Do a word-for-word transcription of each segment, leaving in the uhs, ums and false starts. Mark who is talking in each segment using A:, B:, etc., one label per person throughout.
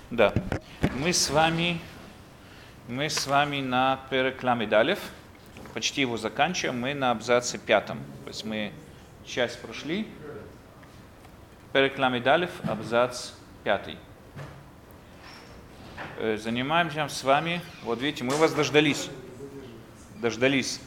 A: Да, мы с вами, мы с вами на Перек Ламед Алеф, почти его заканчиваем, мы на абзаце пятом. То есть мы часть прошли. Перек Ламед Алеф, абзац пятый. Занимаемся с вами, вот видите, мы вас дождались. Дождались.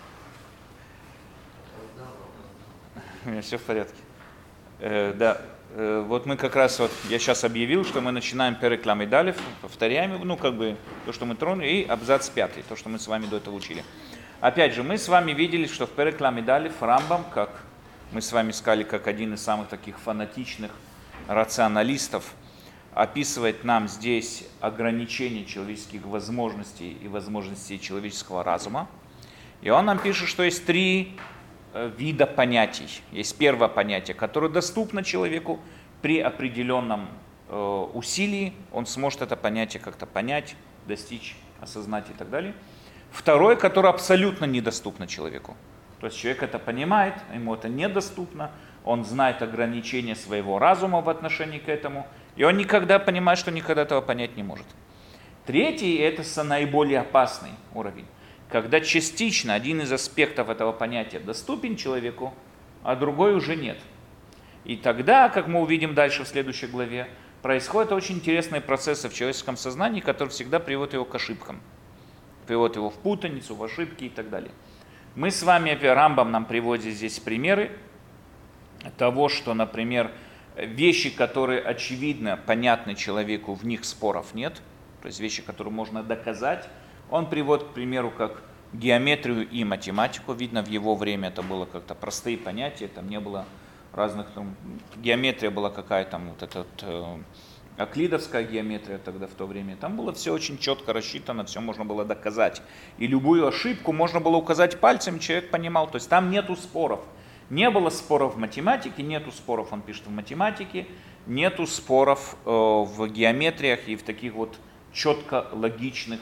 A: У меня все в порядке. Э, да. Вот мы как раз, вот я сейчас объявил, что мы начинаем Перек Ламед Алеф, повторяем, ну как бы то, что мы тронули, и абзац пятый, то, что мы с вами до этого учили. Опять же, мы с вами видели, что в Перек Ламед Алеф Рамбам, как мы с вами сказали, как один из самых таких фанатичных рационалистов, описывает нам здесь ограничение человеческих возможностей и возможностей человеческого разума. И он нам пишет, что есть три вида понятий. Есть первое понятие, которое доступно человеку при определенном э, усилии. Он сможет это понятие как-то понять, достичь, осознать и так далее. Второе, которое абсолютно недоступно человеку. То есть человек это понимает, ему это недоступно, он знает ограничения своего разума в отношении к этому, и он никогда понимает, что никогда этого понять не может. Третий, это наиболее опасный уровень. Когда частично один из аспектов этого понятия доступен человеку, а другой уже нет. И тогда, как мы увидим дальше в следующей главе, происходят очень интересные процессы в человеческом сознании, которые всегда приводят его к ошибкам. Приводят его в путаницу, в ошибки и так далее. Мы с вами, Рамбам нам приводит здесь примеры того, что, например, вещи, которые очевидно понятны человеку, в них споров нет. То есть вещи, которые можно доказать. Он приводит, к примеру, как геометрию и математику. Видно, в его время это было как-то простые понятия, там не было разных... Там, геометрия была какая-то, вот эта вот, э, эвклидовская геометрия тогда в то время. Там было все очень четко рассчитано, все можно было доказать. И любую ошибку можно было указать пальцем, человек понимал. То есть там нету споров. Не было споров в математике, нету споров, он пишет, в математике, нету споров э, в геометриях и в таких вот четко логичных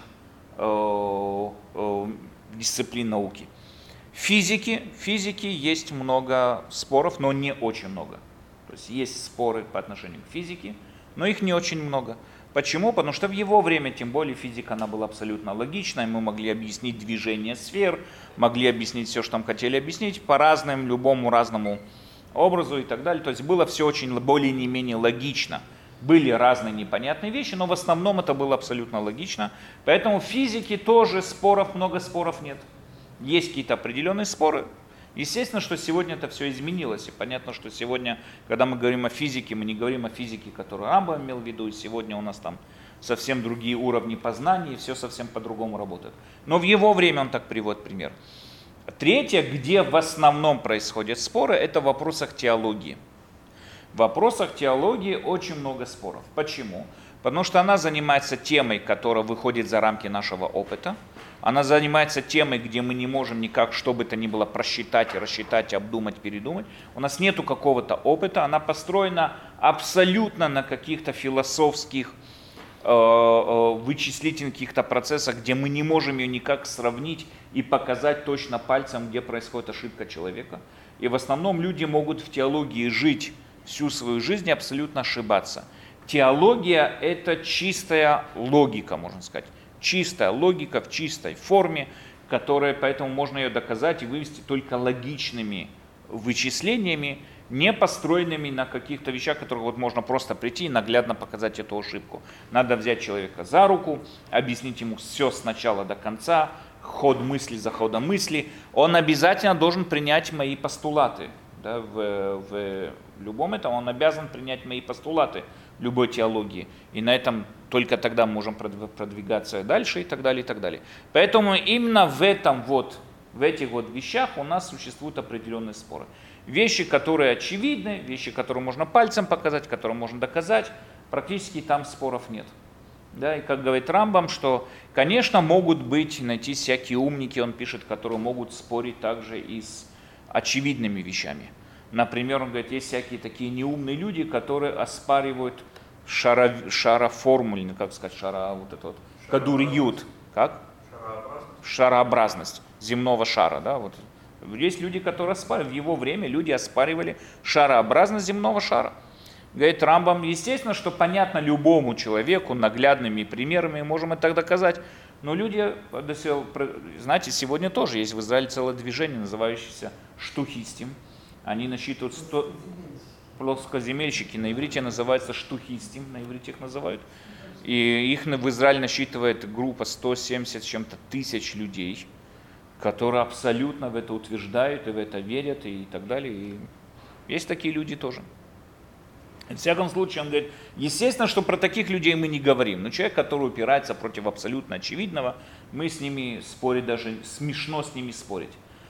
A: дисциплин науки. В физике, в физике есть много споров, но не очень много. То есть есть споры по отношению к физике, но их не очень много. Почему? Потому что в его время, тем более, физика она была абсолютно логичной, мы могли объяснить движение сфер, могли объяснить все, что там хотели объяснить, по разным, любому разному образу и так далее. То есть было все очень более не менее логично. Были разные непонятные вещи, но в основном это было абсолютно логично. Поэтому в физике тоже споров, много споров нет. Есть какие-то определенные споры. Естественно, что сегодня это все изменилось. И понятно, что сегодня, когда мы говорим о физике, мы не говорим о физике, которую Рамбам имел в виду. И сегодня у нас там совсем другие уровни познания, и все совсем по-другому работает. Но в его время он так приводит пример. Третье, где в основном происходят споры, это в вопросах теологии. В вопросах теологии очень много споров. Почему? Потому что она занимается темой, которая выходит за рамки нашего опыта. Она занимается темой, где мы не можем никак, что бы то ни было, просчитать, рассчитать, обдумать, передумать. У нас нету какого-то опыта. Она построена абсолютно на каких-то философских, э, э, вычислительных каких-то процессах, где мы не можем ее никак сравнить и показать точно пальцем, где происходит ошибка человека. И в основном люди могут в теологии жить всю свою жизнь абсолютно ошибаться. Теология – это чистая логика, можно сказать. Чистая логика в чистой форме, которая, поэтому можно ее доказать и вывести только логичными вычислениями, не построенными на каких-то вещах, которые вот можно просто прийти и наглядно показать эту ошибку. Надо взять человека за руку, объяснить ему все с начала до конца, ход мысли за ходом мысли. Он обязательно должен принять мои постулаты. Да, в, в любом этом он обязан принять мои постулаты любой теологии. И на этом только тогда мы можем продвигаться дальше и так далее, и так далее. Поэтому именно в этом вот, в этих вот вещах у нас существуют определенные споры. Вещи, которые очевидны, вещи, которые можно пальцем показать, которые можно доказать, практически там споров нет. Да, и как говорит Рамбам, что, конечно, могут быть, найти всякие умники, он пишет, которые могут спорить также и с очевидными вещами. Например, он говорит, есть всякие такие неумные люди, которые оспаривают шара, шароформульный, как сказать, шара, вот это вот, кадур-ют, как? Шарообразность. Шарообразность земного шара, да, вот. Есть люди, которые оспаривают, в его время люди оспаривали шарообразность земного шара. Говорит Рамбам, естественно, что понятно любому человеку, наглядными примерами можем это доказать, но люди, знаете, сегодня тоже есть в Израиле целое движение, называющееся штухистим. Они насчитывают сто... плоскоземельщики, на иврите называются штухистим, на иврите их называют. И их в Израиле насчитывает группа сто семьдесят с чем-то тысяч людей, которые абсолютно в это утверждают и в это верят и так далее. И есть такие люди тоже. В всяком случае, он говорит, естественно, что про таких людей мы не говорим. Но человек, который упирается против абсолютно очевидного, мы с ними спорить даже, смешно с ними спорить.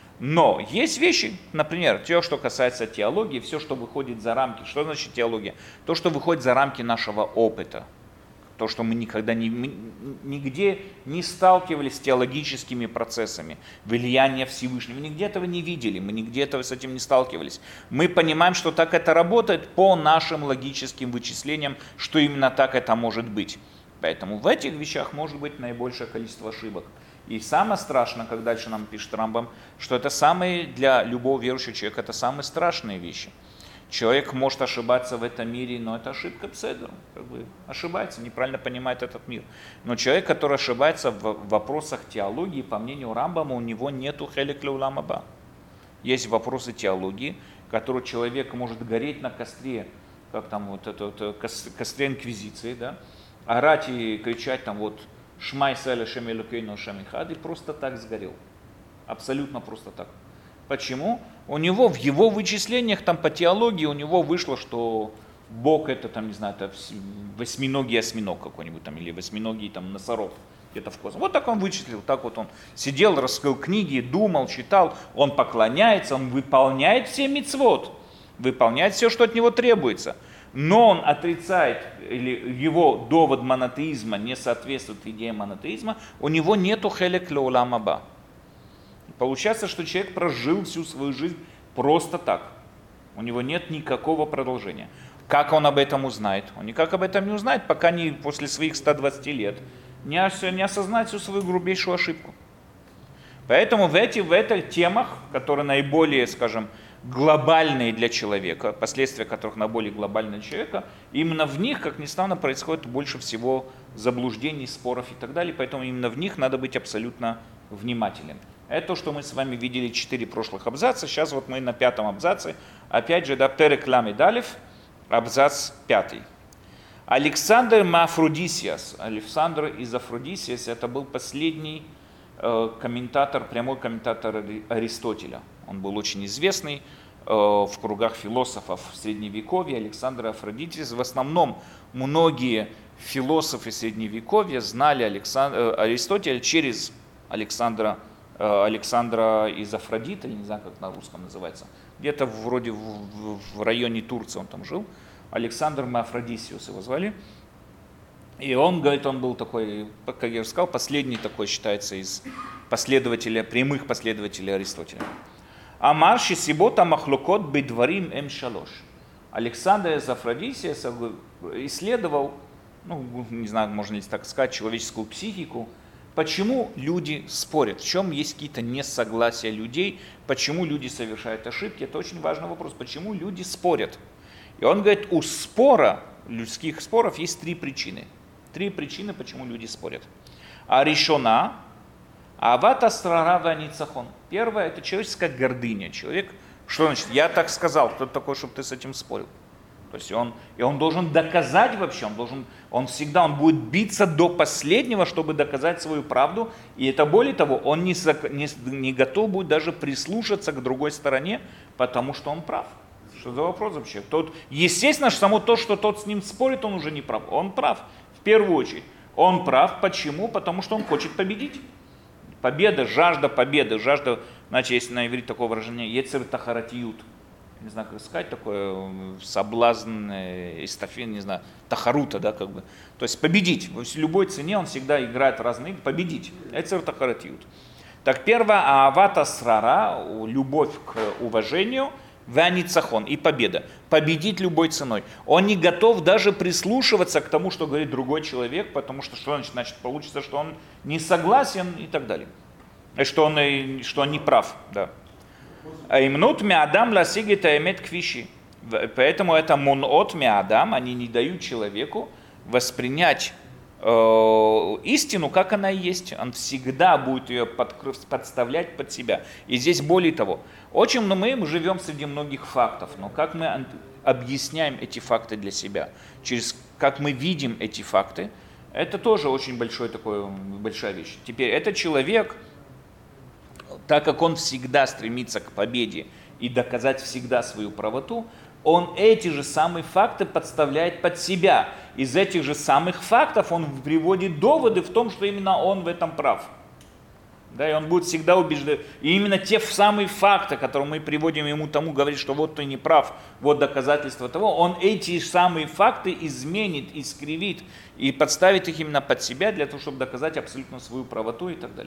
A: Но есть вещи, например, все, что касается теологии, все, что выходит за рамки. Что значит теология? То, что выходит за рамки нашего опыта. То, что мы никогда не, мы нигде не сталкивались с теологическими процессами, влияния Всевышнего, мы нигде этого не видели, мы нигде этого с этим не сталкивались. Мы понимаем, что так это работает по нашим логическим вычислениям, что именно так это может быть. Поэтому в этих вещах может быть наибольшее количество ошибок. И самое страшное, как дальше нам пишет Рамбам, что это самые, для любого верующего человека, это самые страшные вещи. Человек может ошибаться в этом мире, но это ошибка пседер, как бы ошибается, неправильно понимает этот мир. Но человек, который ошибается в вопросах теологии, по мнению Рамбама, у него нету хелек леулам аба. Есть вопросы теологии, которые человек может гореть на костре, как там вот это вот, костре инквизиции, да, орать и кричать там вот «Шмай сэля шем элокейну шем эхад» и просто так сгорел. Абсолютно просто так. Почему? У него в его вычислениях там по теологии у него вышло, что Бог это там, не знаю, это восьминогий осьминог какой-нибудь там, или восьминогий там носорог где-то в космосе. Вот так он вычислил, так вот он сидел, раскрыл книги, думал, читал, он поклоняется, он выполняет все мицвот, выполняет все, что от него требуется. Но он отрицает, или его довод монотеизма не соответствует идее монотеизма, у него нету хелек леулам аба. Получается, что человек прожил всю свою жизнь просто так. У него нет никакого продолжения. Как он об этом узнает? Он никак об этом не узнает, пока не после своих ста двадцати лет не, не осознает всю свою грубейшую ошибку. Поэтому в, эти, в этих темах, которые наиболее, скажем, глобальные для человека, последствия которых наиболее глобальные для человека, именно в них, как ни странно, происходит больше всего заблуждений, споров и так далее. Поэтому именно в них надо быть абсолютно внимательным. Это то, что мы с вами видели четыре прошлых абзаца. Сейчас вот мы на пятом абзаце. Опять же, да, перек ламед алеф, абзац пятый. Александр Мафродисиас. Александр из Афродисиас, это был последний э, комментатор, прямой комментатор Аристотеля. Он был очень известный э, в кругах философов Средневековья. Александр Афродисиас. В основном многие философы Средневековья знали Александр, э, Аристотеля через Александра Александра из Афродита, я не знаю, как на русском называется, где-то вроде в, в, в районе Турции он там жил, Александр Мафродисиус его звали, и он, говорит, он был такой, как я уже сказал, последний такой считается из последователей, прямых последователей Аристотеля. Амар шесибота махлокот бедварим эм шалош. Александр из Афродисиуса исследовал, ну, не знаю, можно ли так сказать, человеческую психику. Почему люди спорят? В чем есть какие-то несогласия людей? Почему люди совершают ошибки? Это очень важный вопрос. Почему люди спорят? И он говорит, у спора, людских споров есть три причины. Три причины, почему люди спорят. А решена, ават асрара ваницахон. Первое, это человеческая гордыня. Человек, что значит, я так сказал, кто такой, чтобы ты с этим спорил? То есть он, и он должен доказать вообще, он, должен, он всегда он будет биться до последнего, чтобы доказать свою правду. И это более того, он не, не, не готов будет даже прислушаться к другой стороне, потому что он прав. Что за вопрос вообще? Тот, естественно, само то, что тот с ним спорит, он уже не прав. Он прав, в первую очередь. Он прав, почему? Потому что он хочет победить. Победа, жажда победы, жажда, значит, есть на иврите такое выражение, ецер тахаратиют. Не знаю, как сказать, такое соблазн, эстафет, не знаю, тахарута, да, как бы. То есть победить. В любой цене он всегда играет разные игры, победить. Это тахаратиют. Так, первое, аавата срара, любовь к уважению, ваницахон, и победа. Победить любой ценой. Он не готов даже прислушиваться к тому, что говорит другой человек, потому что, что значит, значит получится, что он не согласен и так далее. И что он, что он не прав, да. Имнут миадам ласигит аэмет квиши. Поэтому это монот миадам, они не дают человеку воспринять э, истину, как она и есть. Он всегда будет ее подставлять под себя. И здесь более того, очень мы живем среди многих фактов, но как мы объясняем эти факты для себя, через как мы видим эти факты, это тоже очень большой такой, большая вещь. Теперь этот человек, так как он всегда стремится к победе и доказать всегда свою правоту, он эти же самые факты подставляет под себя. Из этих же самых фактов он приводит доводы в том, что именно он в этом прав. Да, и он будет всегда убежден. И именно те самые факты, которые мы приводим ему тому, говорит, что вот ты не прав, вот доказательство того, он эти самые факты изменит, искривит и подставит их именно под себя, для того, чтобы доказать абсолютно свою правоту и так далее.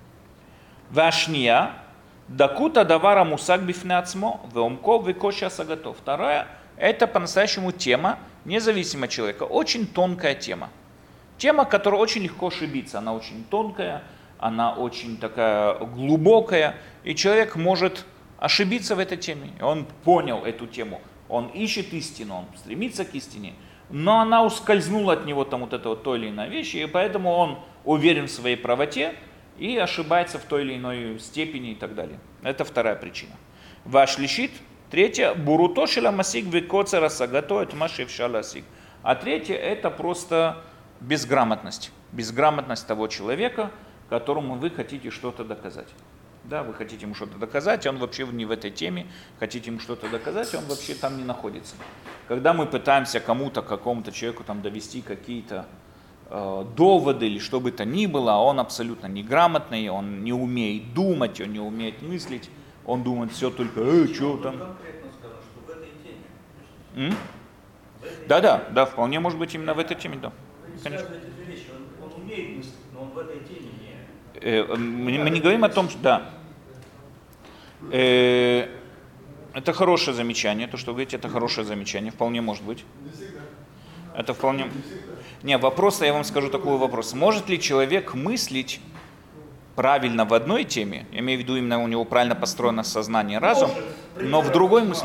A: Вашния. Дакута давара мусак бифне ацмо, веомко векоша сагато. Вторая, это по-настоящему тема независимого человека. Очень тонкая тема. Тема, которая очень легко ошибиться. Она очень тонкая, она очень такая глубокая. И человек может ошибиться в этой теме. Он понял эту тему. Он ищет истину, он стремится к истине. Но она ускользнула от него там вот эта вот той или иной вещи. И поэтому он уверен в своей правоте и ошибается в той или иной степени и так далее. Это вторая причина. Ваш лишит. Третья. Бурутошила масик викоцера сагатоет машив шаласик. А третья это просто безграмотность. Безграмотность того человека, которому вы хотите что-то доказать. Да, вы хотите ему что-то доказать, он вообще не в этой теме, хотите ему что-то доказать, он вообще там не находится. Когда мы пытаемся кому-то, какому-то человеку там довести какие-то доводы или что бы то ни было, он абсолютно неграмотный, он не умеет думать, он не умеет мыслить, он думает все только, э, что там.
B: Конкретно сказал, что в этой теме.
A: Да, да, да, вполне может быть именно в этой теме, да.
B: Конечно. Эти вещи, он, он умеет мыслить, но он в этой теме не.
A: Э, мы, мы не говорим о том, что да. Э, это хорошее замечание, то, что вы говорите, это хорошее замечание, вполне может быть. Это вполне. Не, вопрос, я вам скажу такой вопрос. Может ли человек мыслить правильно в одной теме, я имею в виду именно у него правильно построено сознание, разум, но в другой мысли?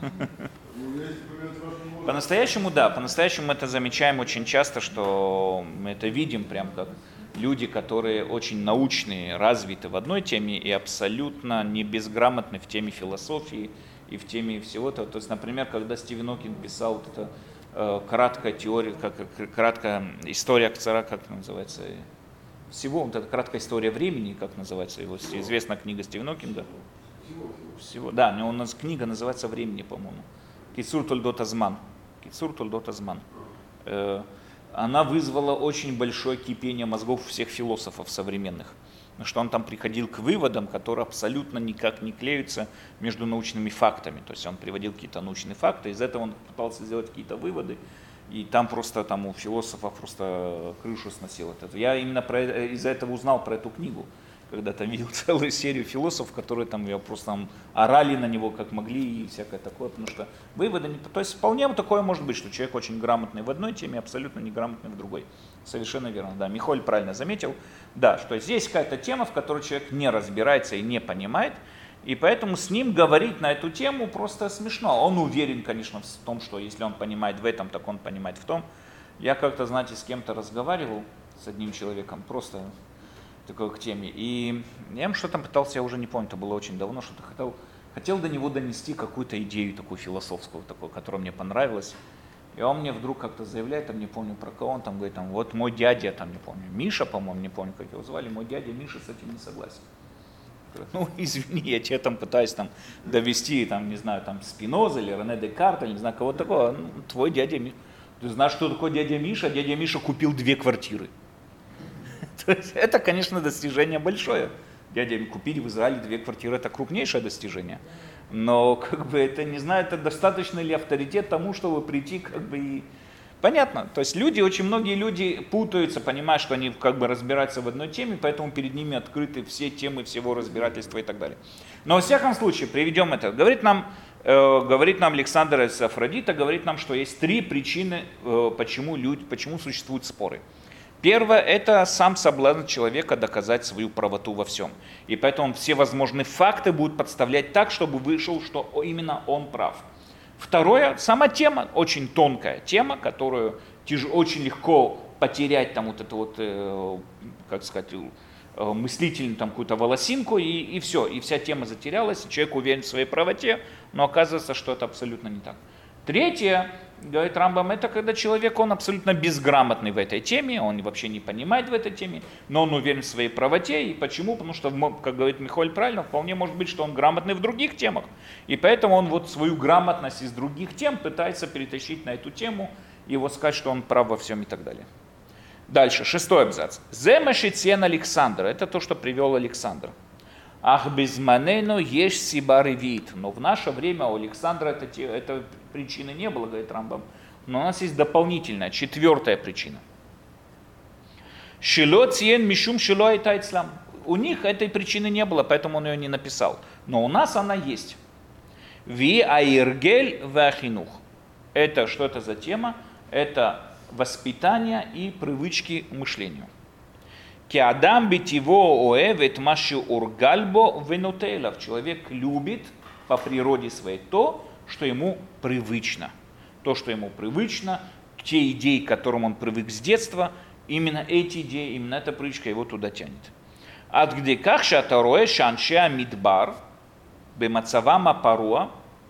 A: По-настоящему, да, по-настоящему мы это замечаем очень часто, что мы это видим прям как люди, которые очень научные, развиты в одной теме и абсолютно не безграмотны в теме философии и в теме всего-то. То есть, например, когда Стивен Хокинг писал вот это краткая теория, как, краткая история, как это называется, всего, вот эта краткая история времени, как называется его, известная книга Стивена Хокинга. Всего, да, у нас книга называется «Времени», по-моему. Кицур Тольдот Азман. Кицур Тольдот Азман. Она вызвала очень большое кипение мозгов всех философов современных. Что он там приходил к выводам, которые абсолютно никак не клеются между научными фактами. То есть он приводил какие-то научные факты, из этого он пытался сделать какие-то выводы, и там просто там у философов просто крышу сносило. Я именно про, из-за этого узнал про эту книгу, когда там видел целую серию философов, которые там я просто там орали на него как могли и всякое такое, потому что выводы не... То есть вполне такое может быть, что человек очень грамотный в одной теме, абсолютно неграмотный в другой. Совершенно верно, да. Михаил правильно заметил, да, что здесь какая-то тема, в которой человек не разбирается и не понимает, и поэтому с ним говорить на эту тему просто смешно. Он уверен, конечно, в том, что если он понимает в этом, так он понимает в том. Я как-то, знаете, с кем-то разговаривал, с одним человеком, просто такой к теме, и я ему что-то пытался, я уже не помню, это было очень давно, что-то хотел, хотел до него донести какую-то идею такую философскую, такую, которая мне понравилась. И он мне вдруг как-то заявляет, там не помню про кого, он там говорит, там, вот мой дядя, там не помню, Миша, по-моему, не помню, как его звали, мой дядя Миша с этим не согласен. Ну, извини, я тебе там пытаюсь там довести, там, не знаю, там, Спиноза или Рене Декарта, или не знаю, кого такого, ну, твой дядя Миша. Ты знаешь, что такое дядя Миша? Дядя Миша купил две квартиры. То есть это, конечно, достижение большое. Дядя купить в Израиле две квартиры, это крупнейшее достижение. Но как бы это, не знаю, это достаточно ли авторитет тому, чтобы прийти как бы и... Понятно, то есть люди, очень многие люди путаются, понимая, что они как бы разбираются в одной теме, поэтому перед ними открыты все темы всего разбирательства и так далее. Но во всяком случае, приведем это. Говорит нам, э, говорит нам Александр из Афродита, говорит нам, что есть три причины, э, почему, люди, почему существуют споры. Первое – это сам соблазн человека доказать свою правоту во всем. И поэтому он все возможные факты будет подставлять так, чтобы вышел, что именно он прав. Второе, сама тема, очень тонкая тема, которую тяж, очень легко потерять там вот эту вот, э, как сказать, э, мыслительную там какую-то волосинку, и, и все, и вся тема затерялась, и человек уверен в своей правоте, но оказывается, что это абсолютно не так. Третье, говорит Рамбам, это когда человек, он абсолютно безграмотный в этой теме, он вообще не понимает в этой теме, но он уверен в своей правоте. И почему? Потому что, как говорит Михаил правильно, вполне может быть, что он грамотный в других темах. И поэтому он вот свою грамотность из других тем пытается перетащить на эту тему и вот сказать, что он прав во всем и так далее. Дальше, шестой абзац. «Зе мешицен Александр» — это то, что привел Александр. «Ах безманено еш сибары вид». Но в наше время у Александра это, это причины не было, говорит Рамбам. Но у нас есть дополнительная, четвертая причина. «Шило циен мишум шило айта ицлам». У них этой причины не было, поэтому он ее не написал. Но у нас она есть. «Ви аиргель вахинух». Это что это за тема? Это воспитание и привычки к мышлению. Кеадам битиво оэвет машу ургальбо венутейлов. Человек любит по природе своей то, что ему привычно. То, что ему привычно, те идеи, к которым он привык с детства, именно эти идеи, именно эта привычка его туда тянет. От где как шатароэ шаншеа мидбар бемацавама паруа.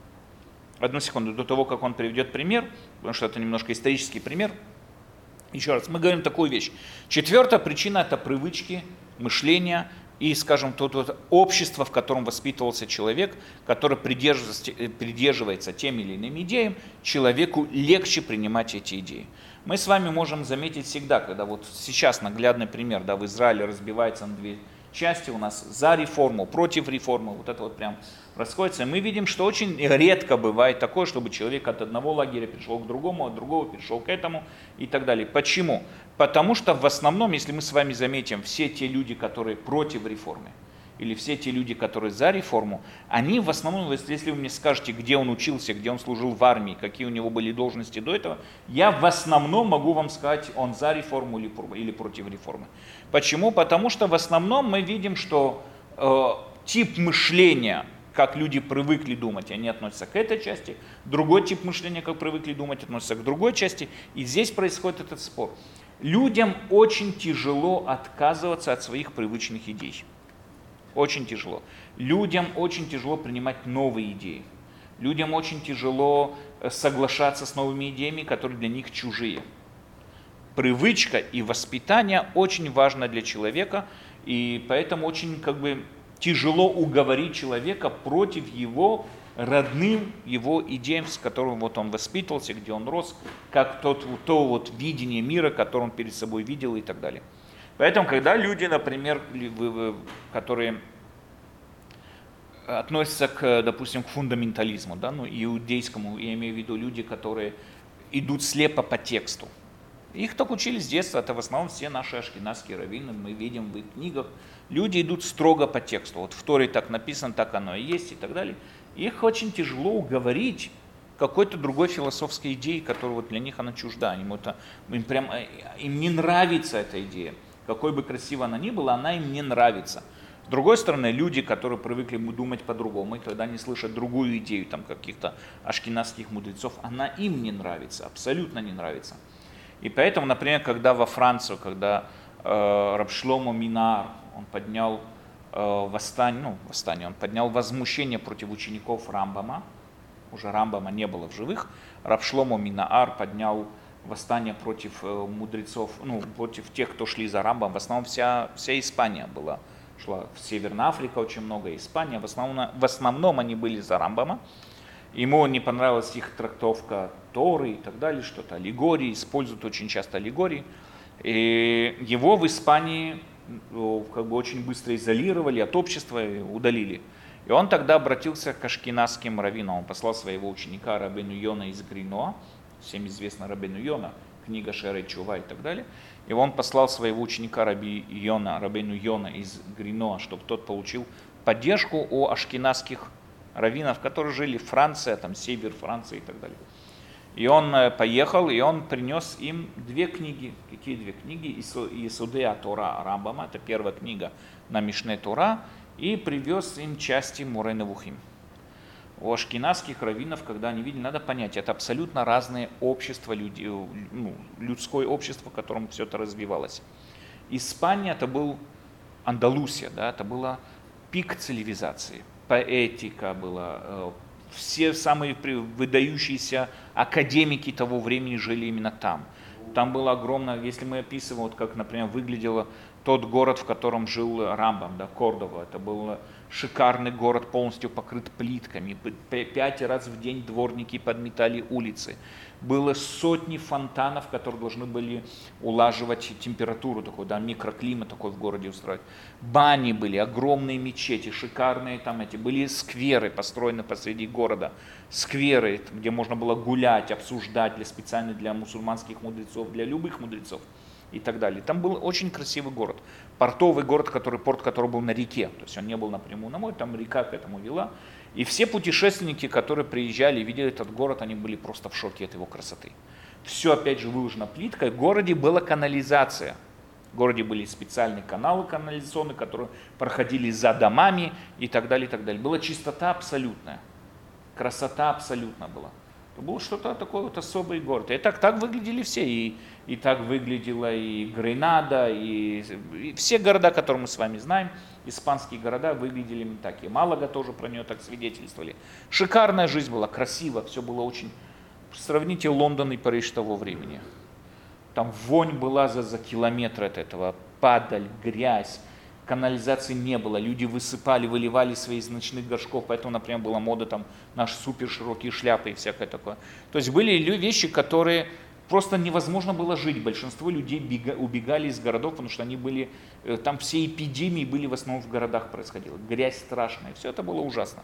A: Одну секунду, до того, как он приведет пример, потому что это немножко исторический пример. Еще раз, мы говорим такую вещь. Четвертая причина – это привычки, мышления и, скажем, то вот общество, в котором воспитывался человек, который придерживается, придерживается тем или иным идеям, человеку легче принимать эти идеи. Мы с вами можем заметить всегда, когда вот сейчас наглядный пример, да, в Израиле разбивается на две части, у нас за реформу, против реформы, вот это вот прям расходится. Мы видим, что очень редко бывает такое, чтобы человек от одного лагеря перешел к другому, от другого перешел к этому и так далее. Почему? Потому что в основном, если мы с вами заметим, все те люди, которые против реформы, или все те люди, которые за реформу, они в основном, если вы мне скажете, где он учился, где он служил в армии, какие у него были должности до этого, я в основном могу вам сказать, он за реформу или, или против реформы. Почему? Потому что в основном мы видим, что э, тип мышления, как люди привыкли думать, они относятся к этой части, другой тип мышления, как привыкли думать, относится к другой части, и здесь происходит этот спор. Людям очень тяжело отказываться от своих привычных идей. Очень тяжело. Людям очень тяжело принимать новые идеи. Людям очень тяжело соглашаться с новыми идеями, которые для них чужие. Привычка и воспитание очень важно для человека, и поэтому очень как бы тяжело уговорить человека против его родным его идеям, с которым вот он воспитывался, где он рос, как тот, то вот видение мира, которое он перед собой видел и так далее. Поэтому, когда люди, например, которые относятся к, допустим, к фундаментализму, да, ну, иудейскому, я имею в виду люди, которые идут слепо по тексту. Их так учили с детства, это в основном все наши ашкеназские раввины, мы видим в их книгах. Люди идут строго по тексту, вот в Торе так написано, так оно и есть и так далее. Их очень тяжело уговорить какой-то другой философской идеи, которая вот для них она чужда. Им, это, им, прям, им не нравится эта идея. Какой бы красивой она ни была, она им не нравится. С другой стороны, люди, которые привыкли думать по-другому, и когда они слышат другую идею там, каких-то ашкеназских мудрецов, она им не нравится, абсолютно не нравится. И поэтому, например, когда во Францию, когда э, Рав Шломо Минаар, он поднял э, восстание, ну, восстание, он поднял возмущение против учеников Рамбама, уже Рамбама не было в живых, Рав Шломо Минаар поднял восстание против э, мудрецов, ну, против тех, кто шли за Рамбом. В основном вся, вся Испания была, шла, Северная Африка очень много, Испания, в основном, в основном они были за Рамбама. Ему не понравилась их трактовка Торы и так далее, что-то аллегории, используют очень часто аллегории. И его в Испании как бы очень быстро изолировали от общества и удалили. И он тогда обратился к ашкеназским раввинам. Он послал своего ученика Рабейну Йона из Гриноа, всем известно Рабейну Йона, книга Шерей Чува и так далее. И он послал своего ученика Раби Йона, Рабейну Йона из Гриноа, чтобы тот получил поддержку у ашкеназских раввинов, которые жили в Франции, там север Франции и так далее. И он поехал, и он принес им две книги. Какие две книги? Исудея Тора Рамбама, это первая книга на Мишне Тора, и привез им части Мурей Невухим. у ашкеназских раввинов, когда они видели, надо понять, это абсолютно разные общества, люди, ну, людское общество, в котором все это развивалось. Испания это был Андалусия, да, это была пик цивилизации, поэтика была, все самые выдающиеся академики того времени жили именно там. Там было огромное, если мы описываем, вот как, например, выглядел тот город, в котором жил Рамбам, да, Кордова, это был шикарный город, полностью покрыт плитками, пять раз в день дворники подметали улицы. Было сотни фонтанов, которые должны были улаживать температуру, такой, да, микроклимат такой в городе устроить. Бани были, огромные мечети, шикарные там эти, были скверы, построены посреди города. Скверы, где можно было гулять, обсуждать для, специально для мусульманских мудрецов, для любых мудрецов и так далее. Там был очень красивый город, портовый город, который, порт, который был на реке, то есть он не был напрямую на море, там река к этому вела. И все путешественники, которые приезжали и видели этот город, они были просто в шоке от его красоты. Все опять же выложено плиткой, в городе была канализация. В городе были специальные каналы канализационные, которые проходили за домами и так далее, и так далее. Была чистота абсолютная, красота абсолютно была. Это был что-то такое вот особый город. И так, так выглядели все. И, и так выглядела и Гренада, и, и все города, которые мы с вами знаем, испанские города выглядели именно так. И Малага тоже про нее так свидетельствовали. Шикарная жизнь была, красиво, все было очень... Сравните Лондон и Париж того времени. Там вонь была за, за километр от этого, падаль, грязь. Канализации не было, люди высыпали, выливали свои из ночных горшков, поэтому, например, была мода там наши супер широкие шляпы и всякое такое. То есть были вещи, которые просто невозможно было жить. Большинство людей бега, убегали из городов, потому что они были, там все эпидемии были в основном в городах происходило. Грязь страшная, все это было ужасно.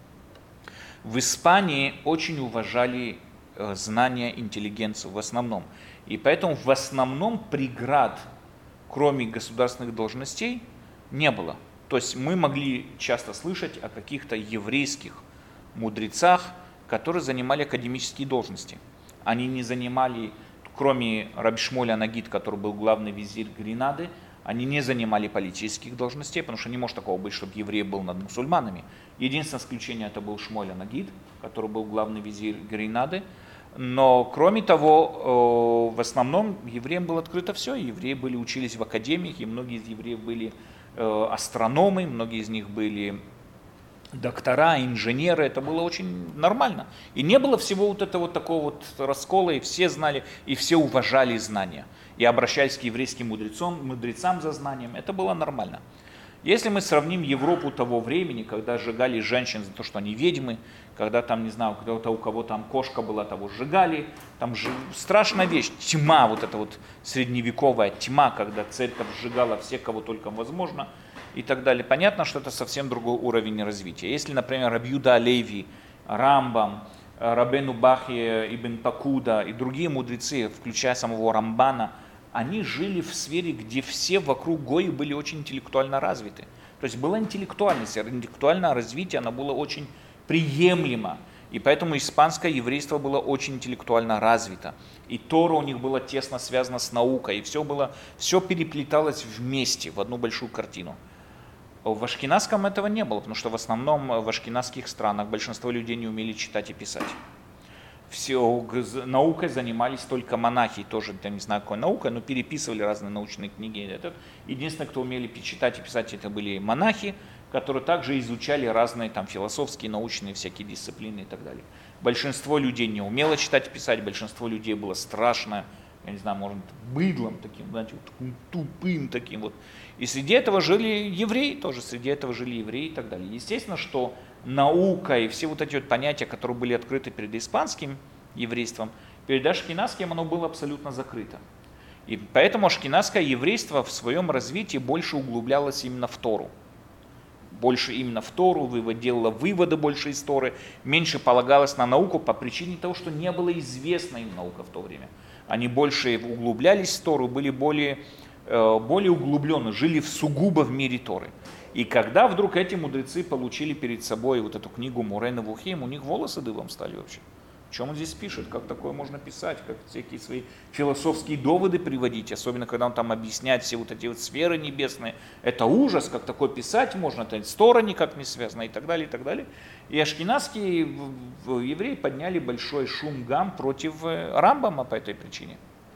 A: В Испании очень уважали знания, интеллигенцию в основном. И поэтому в основном преград, кроме государственных должностей, не было. То есть мы могли часто слышать о каких-то еврейских мудрецах, которые занимали академические должности. Они не занимали, кроме Раби Шмуэля Нагид, который был главный визирь Гренады, они не занимали политических должностей, потому что не может такого быть, чтобы еврей был над мусульманами. Единственное исключение это был Шмуэль Нагид, который был главный визирь Гренады. Но кроме того, в основном евреям было открыто все. Евреи были, учились в академиях, и многие из евреев были астрономы, многие из них были доктора, инженеры. Это было очень нормально. И не было всего вот этого вот такого вот раскола, и все знали, и все уважали знания. И обращались к еврейским мудрецам, мудрецам за знанием. Это было нормально. Если мы сравним Европу того времени, когда сжигали женщин за то, что они ведьмы, когда там, не знаю, кто-то, у кого там кошка была, того сжигали, там ж... страшная вещь, тьма, вот эта вот средневековая тьма, когда церковь сжигала всех, кого только возможно, и так далее. Понятно, что это совсем другой уровень развития. Если, например, Раби Юда Алеви, Рамбам, Рабейну Бахья, Ибн Пакуда и другие мудрецы, включая самого Рамбана, они жили в сфере, где все вокруг гои были очень интеллектуально развиты. То есть была интеллектуальность, интеллектуальное развитие, оно было очень приемлемо. И поэтому испанское еврейство было очень интеллектуально развито. И Тора у них была тесно связана с наукой. И все, было, все переплеталось вместе, в одну большую картину. В ашкеназском этого не было, потому что в основном в ашкеназских странах большинство людей не умели читать и писать. Все, наукой занимались только монахи, тоже, я не знаю, какой наукой, но переписывали разные научные книги. Этот, единственное, кто умели читать и писать, это были монахи, которые также изучали разные там философские, научные всякие дисциплины и так далее. Большинство людей не умело читать и писать, большинство людей было страшно, я не знаю, может, быдлом таким, знаете, вот таким тупым таким вот. И среди этого жили евреи тоже, среди этого жили евреи и так далее. Естественно, что наука и все вот эти вот понятия, которые были открыты перед испанским еврейством, перед ашкеназским оно было абсолютно закрыто. И поэтому ашкеназское еврейство в своем развитии больше углублялось именно в Тору. Больше именно в Тору, делало выводы больше из Торы, меньше полагалось на науку по причине того, что не было известна им наука в то время. Они больше углублялись в Тору, были более, более углублены, жили в сугубо в мире Торы. И когда вдруг эти мудрецы получили перед собой вот эту книгу Морэ Невухим, у них волосы дыбом стали вообще. В чем он здесь пишет, как такое можно писать, как всякие свои философские доводы приводить, особенно когда он там объясняет все вот эти вот сферы небесные. Это ужас, как такое писать можно, это с Торой никак не связано и так далее, и так далее. И ашкеназские евреи подняли большой шум, гам против Рамбама по этой причине.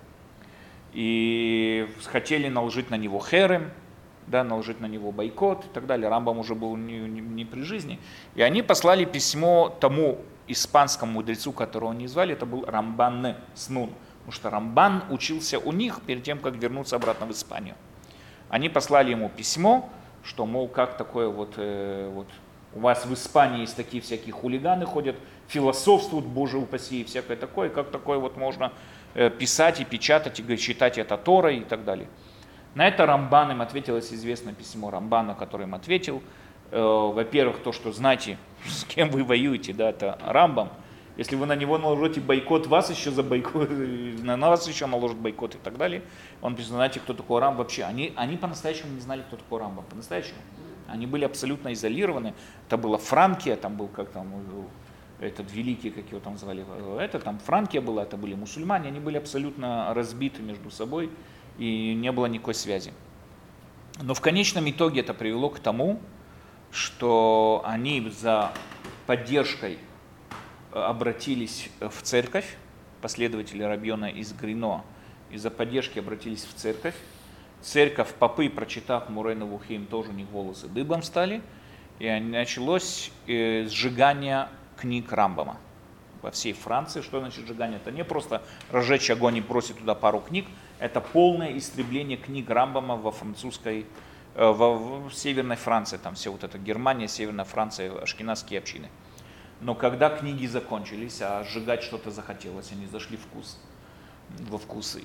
A: И хотели наложить на него херем, да, наложить на него бойкот и так далее. Рамбам уже был не, не, не при жизни. И они послали письмо тому испанскому мудрецу, которого они звали, это был Рамбан Снун. Потому что Рамбан учился у них перед тем, как вернуться обратно в Испанию. Они послали ему письмо, что, мол, как такое вот, э, вот у вас в Испании есть такие всякие хулиганы ходят, философствуют, боже упаси, и всякое такое, как такое вот можно э, писать и печатать, и считать это Торой и так далее. На это Рамбан им ответил, есть известное письмо Рамбана, который им ответил. Э, во-первых, то, что знаете, с кем вы воюете, да, это Рамбам. Если вы на него наложите бойкот, вас еще за бойкот, на вас еще наложат бойкот и так далее. Он пишет, знаете, кто такой Рамбам вообще. Они, они по-настоящему не знали, кто такой Рамбам, по-настоящему. Они были абсолютно изолированы. Это была Франкия, там был как там этот великий, как его там звали, это там Франкия была, это были мусульмане, они были абсолютно разбиты между собой и не было никакой связи. Но в конечном итоге это привело к тому, что они за поддержкой обратились в церковь, последователи Рабьона из Грино, из-за поддержки обратились в церковь. Церковь, попы, прочитав Мурейну Вухим, тоже у них волосы дыбом стали, и началось сжигание книг Рамбама во всей Франции. Что значит сжигание? Это не просто разжечь огонь и бросить туда пару книг, это полное истребление книг Рамбама во французской, в, в Северной Франции, там все вот это Германия, Северная Франция, ашкеназские общины. Но когда книги закончились, а сжигать что-то захотелось, они зашли вкус, во вкус.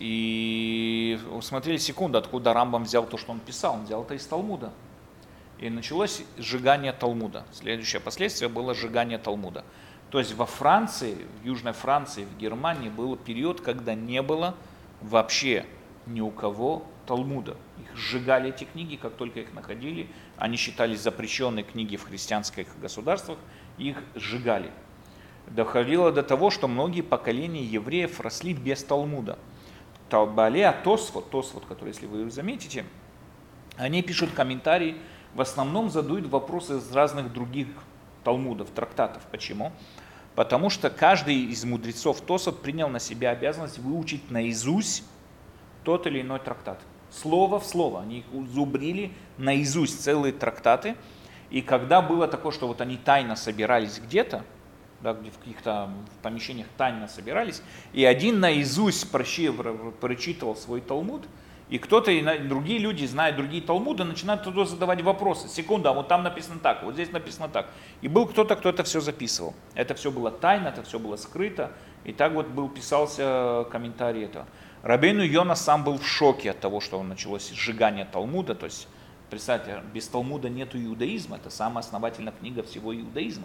A: И смотрели секунду, откуда Рамбам взял то, что он писал. Он взял это из Талмуда. И началось сжигание Талмуда. Следующее последствие было сжигание Талмуда. То есть во Франции, в Южной Франции, в Германии был период, когда не было вообще ни у кого Талмуда. Их сжигали, эти книги, как только их находили. Они считались запрещенные книги в христианских государствах, их сжигали. Доходило до того, что многие поколения евреев росли без Талмуда. Талбалеа, Тосфот, Тосфот, который, если вы заметите, они пишут комментарии, в основном задают вопросы из разных других талмудов, трактатов. Почему? Потому что каждый из мудрецов Тосфот принял на себя обязанность выучить наизусть тот или иной трактат. Слово в слово. Они их зубрили наизусть целые трактаты. И когда было такое, что вот они тайно собирались где-то, да, где в каких-то помещениях тайно собирались, и один наизусть прочитывал свой Талмуд, и кто-то, и другие люди, зная другие Талмуды, начинают туда задавать вопросы. Секунду, а вот там написано так, вот здесь написано так. И был кто-то, кто это все записывал. Это все было тайно, это все было скрыто. И так вот был, писался комментарий этого. Рабейну Йона сам был в шоке от того, что началось сжигание Талмуда. То есть, представьте, без Талмуда нету иудаизма. Это самая основательная книга всего иудаизма.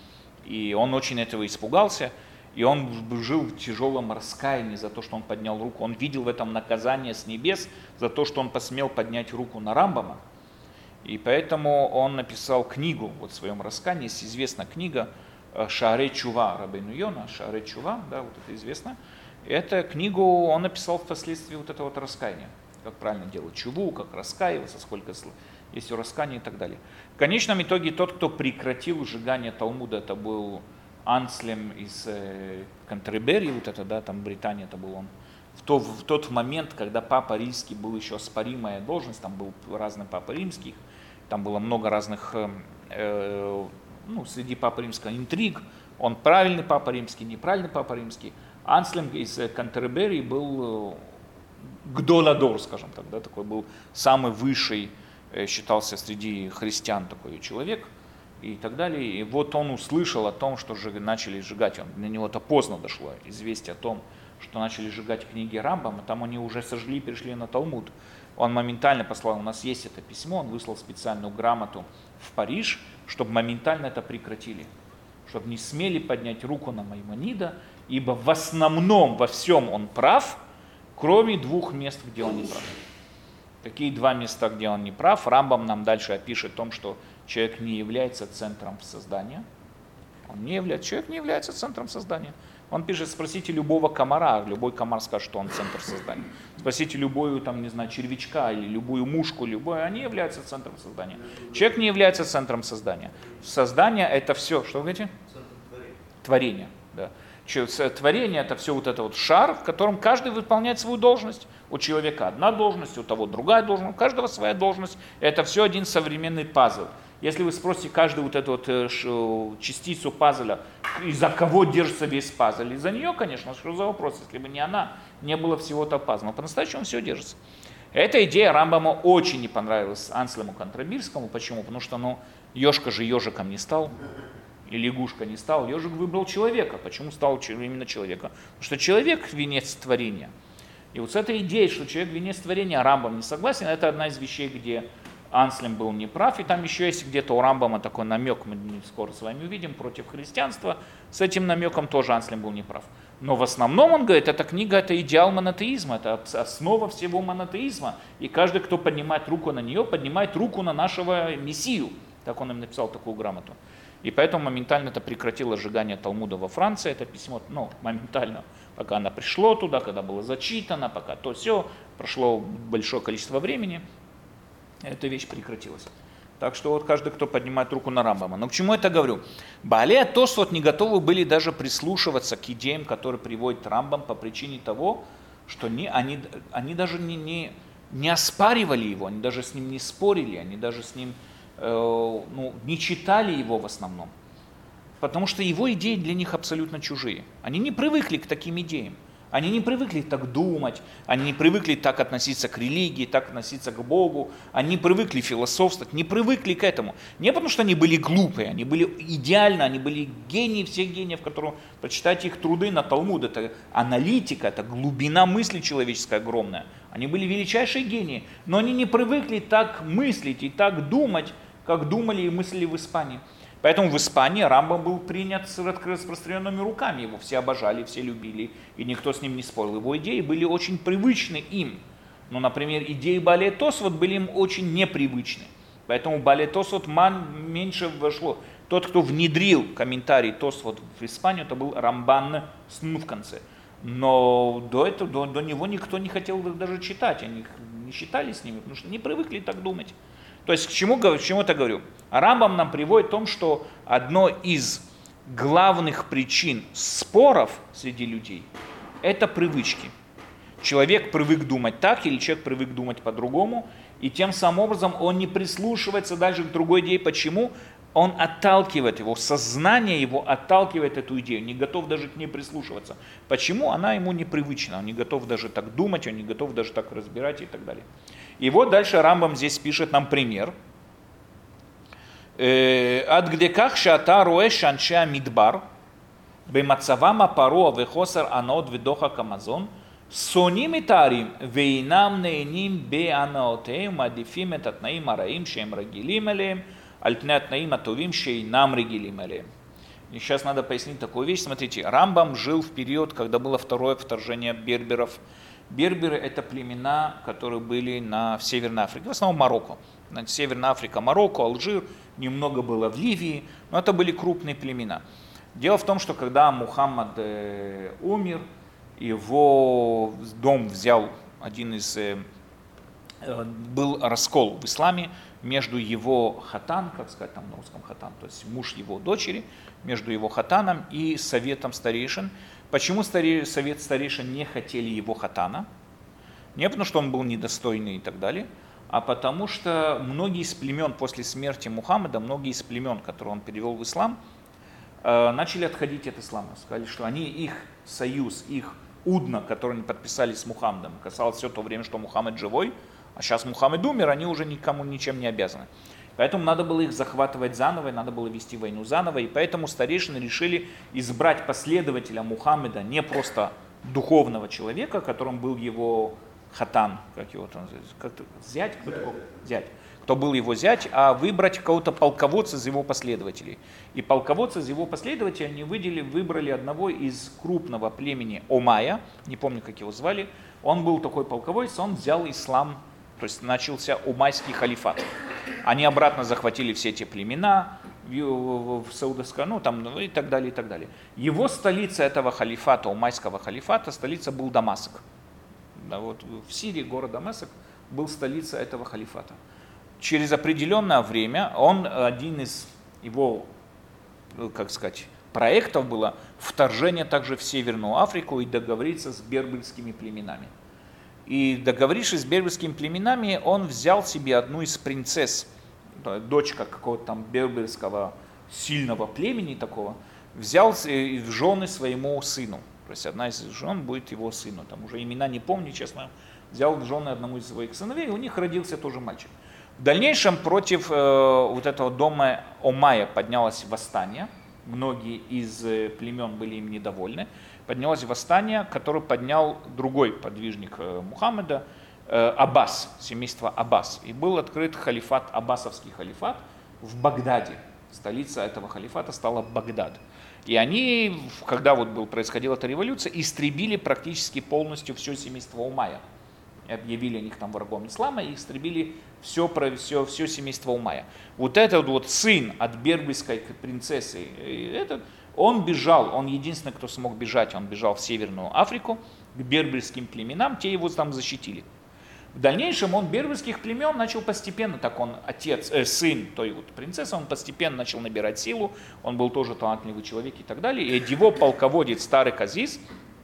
A: И он очень этого испугался. И он жил в тяжелом раскаянии за то, что он поднял руку. Он видел в этом наказание с небес за то, что он посмел поднять руку на Рамбама. И поэтому он написал книгу вот в своем раскаянии. Есть известная книга Шаарей Чува Рабейну Йона. Шаарей Чува, да, вот это известно. Эту книгу он написал впоследствии вот этого вот раскаяния. Как правильно делать чуву, как раскаиваться, сколько есть у раскаяния и так далее. В конечном итоге тот, кто прекратил сжигание Талмуда, это был Анслем из э, Кантербери, вот это, да, там Британия, это был он. В, то, в тот момент, когда Папа Римский был еще оспоримая должность, там был разный Папа Римский, там было много разных, э, э, ну, среди Папы Римского интриг, он правильный Папа Римский, неправильный Папа Римский. Анслем из Кантербери был Гдоладор, скажем так, да, такой был самый высший, э, считался среди христиан такой человек. И так далее. И вот он услышал о том, что начали сжигать. Он, до него-то поздно дошло известие о том, что начали сжигать книги Рамбама. Там они уже сожгли, перешли на Талмуд. Он моментально послал, у нас есть это письмо, он выслал специальную грамоту в Париж, чтобы моментально это прекратили. Чтобы не смели поднять руку на Маймонида, ибо в основном во всем он прав, кроме двух мест, где он не прав. Какие два места, где он не прав? Рамбам нам дальше опишет о том, что человек не является центром создания. Он не является, человек не является центром создания. Он пишет, спросите любого комара, любой комар скажет, что он центр создания. Спросите любую, там, не знаю, червячка или любую мушку, любую, они являются центром создания. Человек не является центром создания. Создание это все, что вы говорите? Творение. Да. Творение это все вот это вот шар, в котором каждый выполняет свою должность. У человека одна должность, у того другая должность, у каждого своя должность. Это все один современный пазл. Если вы спросите каждую вот эту вот частицу пазля, из-за кого держится весь пазл, из-за нее, конечно, что за вопрос, если бы не она, не было всего-то пазла. Но по-настоящему все держится. Эта идея Рамбама очень не понравилась Анслему Кантербильскому. Почему? Потому что, ну, ежка же ежиком не стал, и лягушка не стал. Ежик выбрал человека. Почему стал именно человека? Потому что человек – венец творения. И вот с этой идеей, что человек – венец творения, Рамбам не согласен, это одна из вещей, где Анслем был неправ, и там еще есть где-то у Рамбама такой намек, мы скоро с вами увидим, против христианства. С этим намеком тоже Анслем был неправ. Но в основном он говорит, эта книга это идеал монотеизма, это основа всего монотеизма. И каждый, кто поднимает руку на нее, поднимает руку на нашего Мессию. Так он им написал такую грамоту. И поэтому моментально это прекратило сжигание Талмуда во Франции, это письмо, ну, моментально, пока оно пришло туда, когда было зачитано, пока то все, прошло большое количество времени. Эта вещь прекратилась. Так что вот каждый, кто поднимает руку на Рамбама. Но к чему я это говорю? Баалей ха-Тосфот не готовы были даже прислушиваться к идеям, которые приводит Рамбам по причине того, что не, они, они даже не, не, не оспаривали его, они даже с ним не спорили, они даже с ним э, ну, не читали его в основном. Потому что его идеи для них абсолютно чужие. Они не привыкли к таким идеям. Они не привыкли так думать, они не привыкли так относиться к религии, так относиться к Богу, они не привыкли философствовать, не привыкли к этому. Не потому что они были глупые, они были идеальны, они были гении всех гениев, которые, прочитайте их труды на Талмуд, это аналитика, это глубина мысли человеческая огромная. Они были величайшие гении, но они не привыкли так мыслить и так думать, как думали и мыслили в Испании. Поэтому в Испании Рамбам был принят с распространенными руками, его все обожали, все любили, и никто с ним не спорил. Его идеи были очень привычны им. Но, например, идеи Баалей ха-Тосфот были им очень непривычны. Поэтому Баалей ха-Тосфот меньше вошло. Тот, кто внедрил комментарий Тосфот в Испанию, это был Рамбан с «н» в конце. Но до, этого, до, до него никто не хотел даже читать, они не считали с ними, потому что не привыкли так думать. То есть к чему, к чему это говорю? Рамбам нам приводит в том, что одно из главных причин споров среди людей – это привычки. Человек привык думать так, или человек привык думать по-другому, и тем самым образом он не прислушивается дальше к другой идее. Почему? Он отталкивает его, сознание его отталкивает эту идею, не готов даже к ней прислушиваться. Почему? Она ему непривычна, он не готов даже так думать, он не готов даже так разбирать и так далее. И вот дальше Рамбам здесь пишет нам пример. Ад гдеках шата роэш аншеа мидбар бемацавам апаруа вехосар анот ведоха камазон соним и тарим вейнам неэним беанаотеем мадифим эт атнаим араим шеем рагилим элеем альпне атнаим атовим шейнам рагилим элеем. И сейчас надо пояснить такую вещь. Смотрите, Рамбам жил в период, когда было второе вторжение берберов. Берберы – это племена, которые были на, в Северной Африке, в основном Марокко. Северная Африка, Марокко, Алжир, немного было в Ливии, но это были крупные племена. Дело в том, что когда Мухаммад э, умер, его дом взял один из... Э, э, был раскол в исламе между его хатан, как сказать там на русском хатан, то есть муж его дочери, между его хатаном и советом старейшин. Почему совет старейшин не хотели его хатана? Не потому, что он был недостойный и так далее, а потому что многие из племен после смерти Мухаммада, многие из племен, которые он перевел в ислам, начали отходить от ислама. Сказали, что они, их союз, их удна, который они подписали с Мухаммадом, касалось все то время, что Мухаммад живой, а сейчас Мухаммад умер, они уже никому ничем не обязаны. Поэтому надо было их захватывать заново, надо было вести войну заново, и поэтому старейшины решили избрать последователя Мухаммеда, не просто духовного человека, которым был его хатан, как его там называется, как-то зять, кто такой? Зять, кто был его зять, а выбрать кого-то полководца из его последователей. И полководца из его последователей они выделили, выбрали одного из крупного племени Омая, не помню, как его звали, он был такой полководец, он взял ислам, то есть начался Умайский халифат. Они обратно захватили все эти племена, в, в Саудовской, ну там ну, и так далее, и так далее. Его столица этого халифата, умайского халифата, столица был Дамаск. Да, вот в Сирии город Дамаск был столица этого халифата. Через определенное время он, один из его, как сказать, проектов было вторжение также в Северную Африку и договориться с берберскими племенами. И договорившись с берберскими племенами, он взял себе одну из принцесс, дочка какого-то там берберского сильного племени такого, взял в жены своему сыну. То есть одна из жен будет его сыну. Там уже имена не помню, честно. Взял в жены одному из своих сыновей, и у них родился тоже мальчик. В дальнейшем против э, вот этого дома Омайя поднялось восстание. Многие из племен были им недовольны. Поднялось восстание, которое поднял другой подвижник э, Мухаммеда, э, Аббас, семейство Аббас. И был открыт халифат, аббасовский халифат в Багдаде. Столица этого халифата стала Багдад. И они, когда вот был, происходила эта революция, истребили практически полностью все семейство Умайя. Объявили о них там врагом ислама и истребили все, все, все семейство Умайя. Вот этот вот сын от берберской принцессы, этот, он бежал, он единственный, кто смог бежать, он бежал в Северную Африку к берберским племенам, те его там защитили. В дальнейшем он берберских племен начал постепенно, так он отец, э, сын той вот принцессы, он постепенно начал набирать силу, он был тоже талантливый человек и так далее. И его полководец Тарик Азиз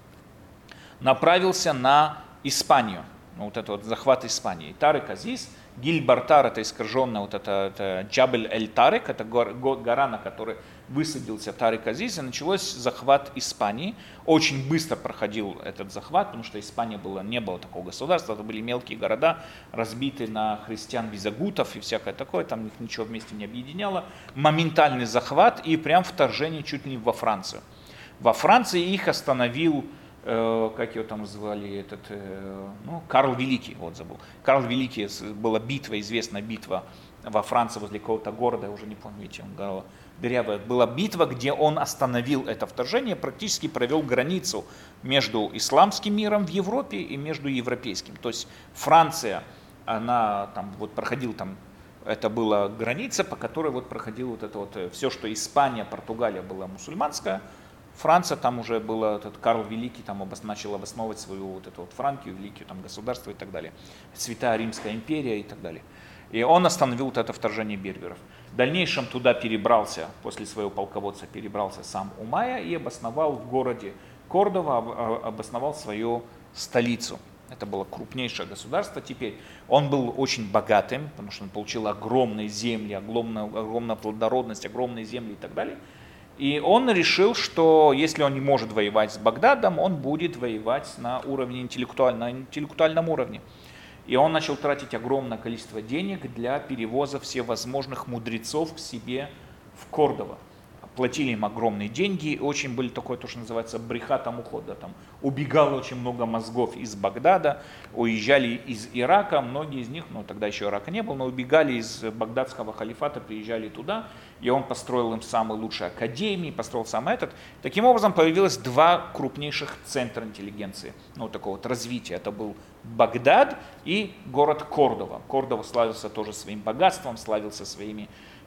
A: направился на Испанию, ну, вот это вот захват Испании. И Тарик Азиз, Гильбартар, это искаженная вот это, это Джабель-эль-Тарик, это гора, гора, на которой высадился Тарик Азиз, и началось захват Испании. Очень быстро проходил этот захват, потому что Испания была, не было такого государства, это были мелкие города, разбитые на христиан-визагутов и всякое такое, там их ничего вместе не объединяло. Моментальный захват и прям вторжение чуть ли не во Францию. Во Франции их остановил, э, как его там звали, этот, э, ну, Карл Великий, вот забыл. Карл Великий, была битва, известная битва во Франции возле какого-то города, я уже не помню, видите, он говорил, дырявая. Была битва, где он остановил это вторжение, практически провел границу между исламским миром в Европе и между европейским. То есть Франция, она там вот проходила там, это была граница, по которой вот проходил вот это вот все, что Испания, Португалия была мусульманская, Франция там уже была, этот Карл Великий там обос, начал обосновывать свою вот эту вот Франкию, великую там государство и так далее, Святая Римская империя и так далее. И он остановил вот это вторжение берберов. В дальнейшем туда перебрался, после своего полководца перебрался сам Умайя и обосновал в городе Кордова, обосновал свою столицу. Это было крупнейшее государство теперь. Он был очень богатым, потому что он получил огромные земли, огромную, огромную плодородность, огромные земли и так далее. И он решил, что если он не может воевать с Багдадом, он будет воевать на уровне интеллектуальном, на интеллектуальном уровне. И он начал тратить огромное количество денег для перевоза всевозможных мудрецов к себе в Кордово. Платили им огромные деньги, очень были такое, то, что называется, брехатом ухода. Там убегало очень много мозгов из Багдада, уезжали из Ирака, многие из них, ну тогда еще Ирака не было, но убегали из багдадского халифата, приезжали туда, и он построил им самые лучшие академии, построил сам этот. Таким образом появилось два крупнейших центра интеллигенции, ну такого вот развития. Это был Багдад и город Кордова. Кордова славился тоже своим богатством, славился своими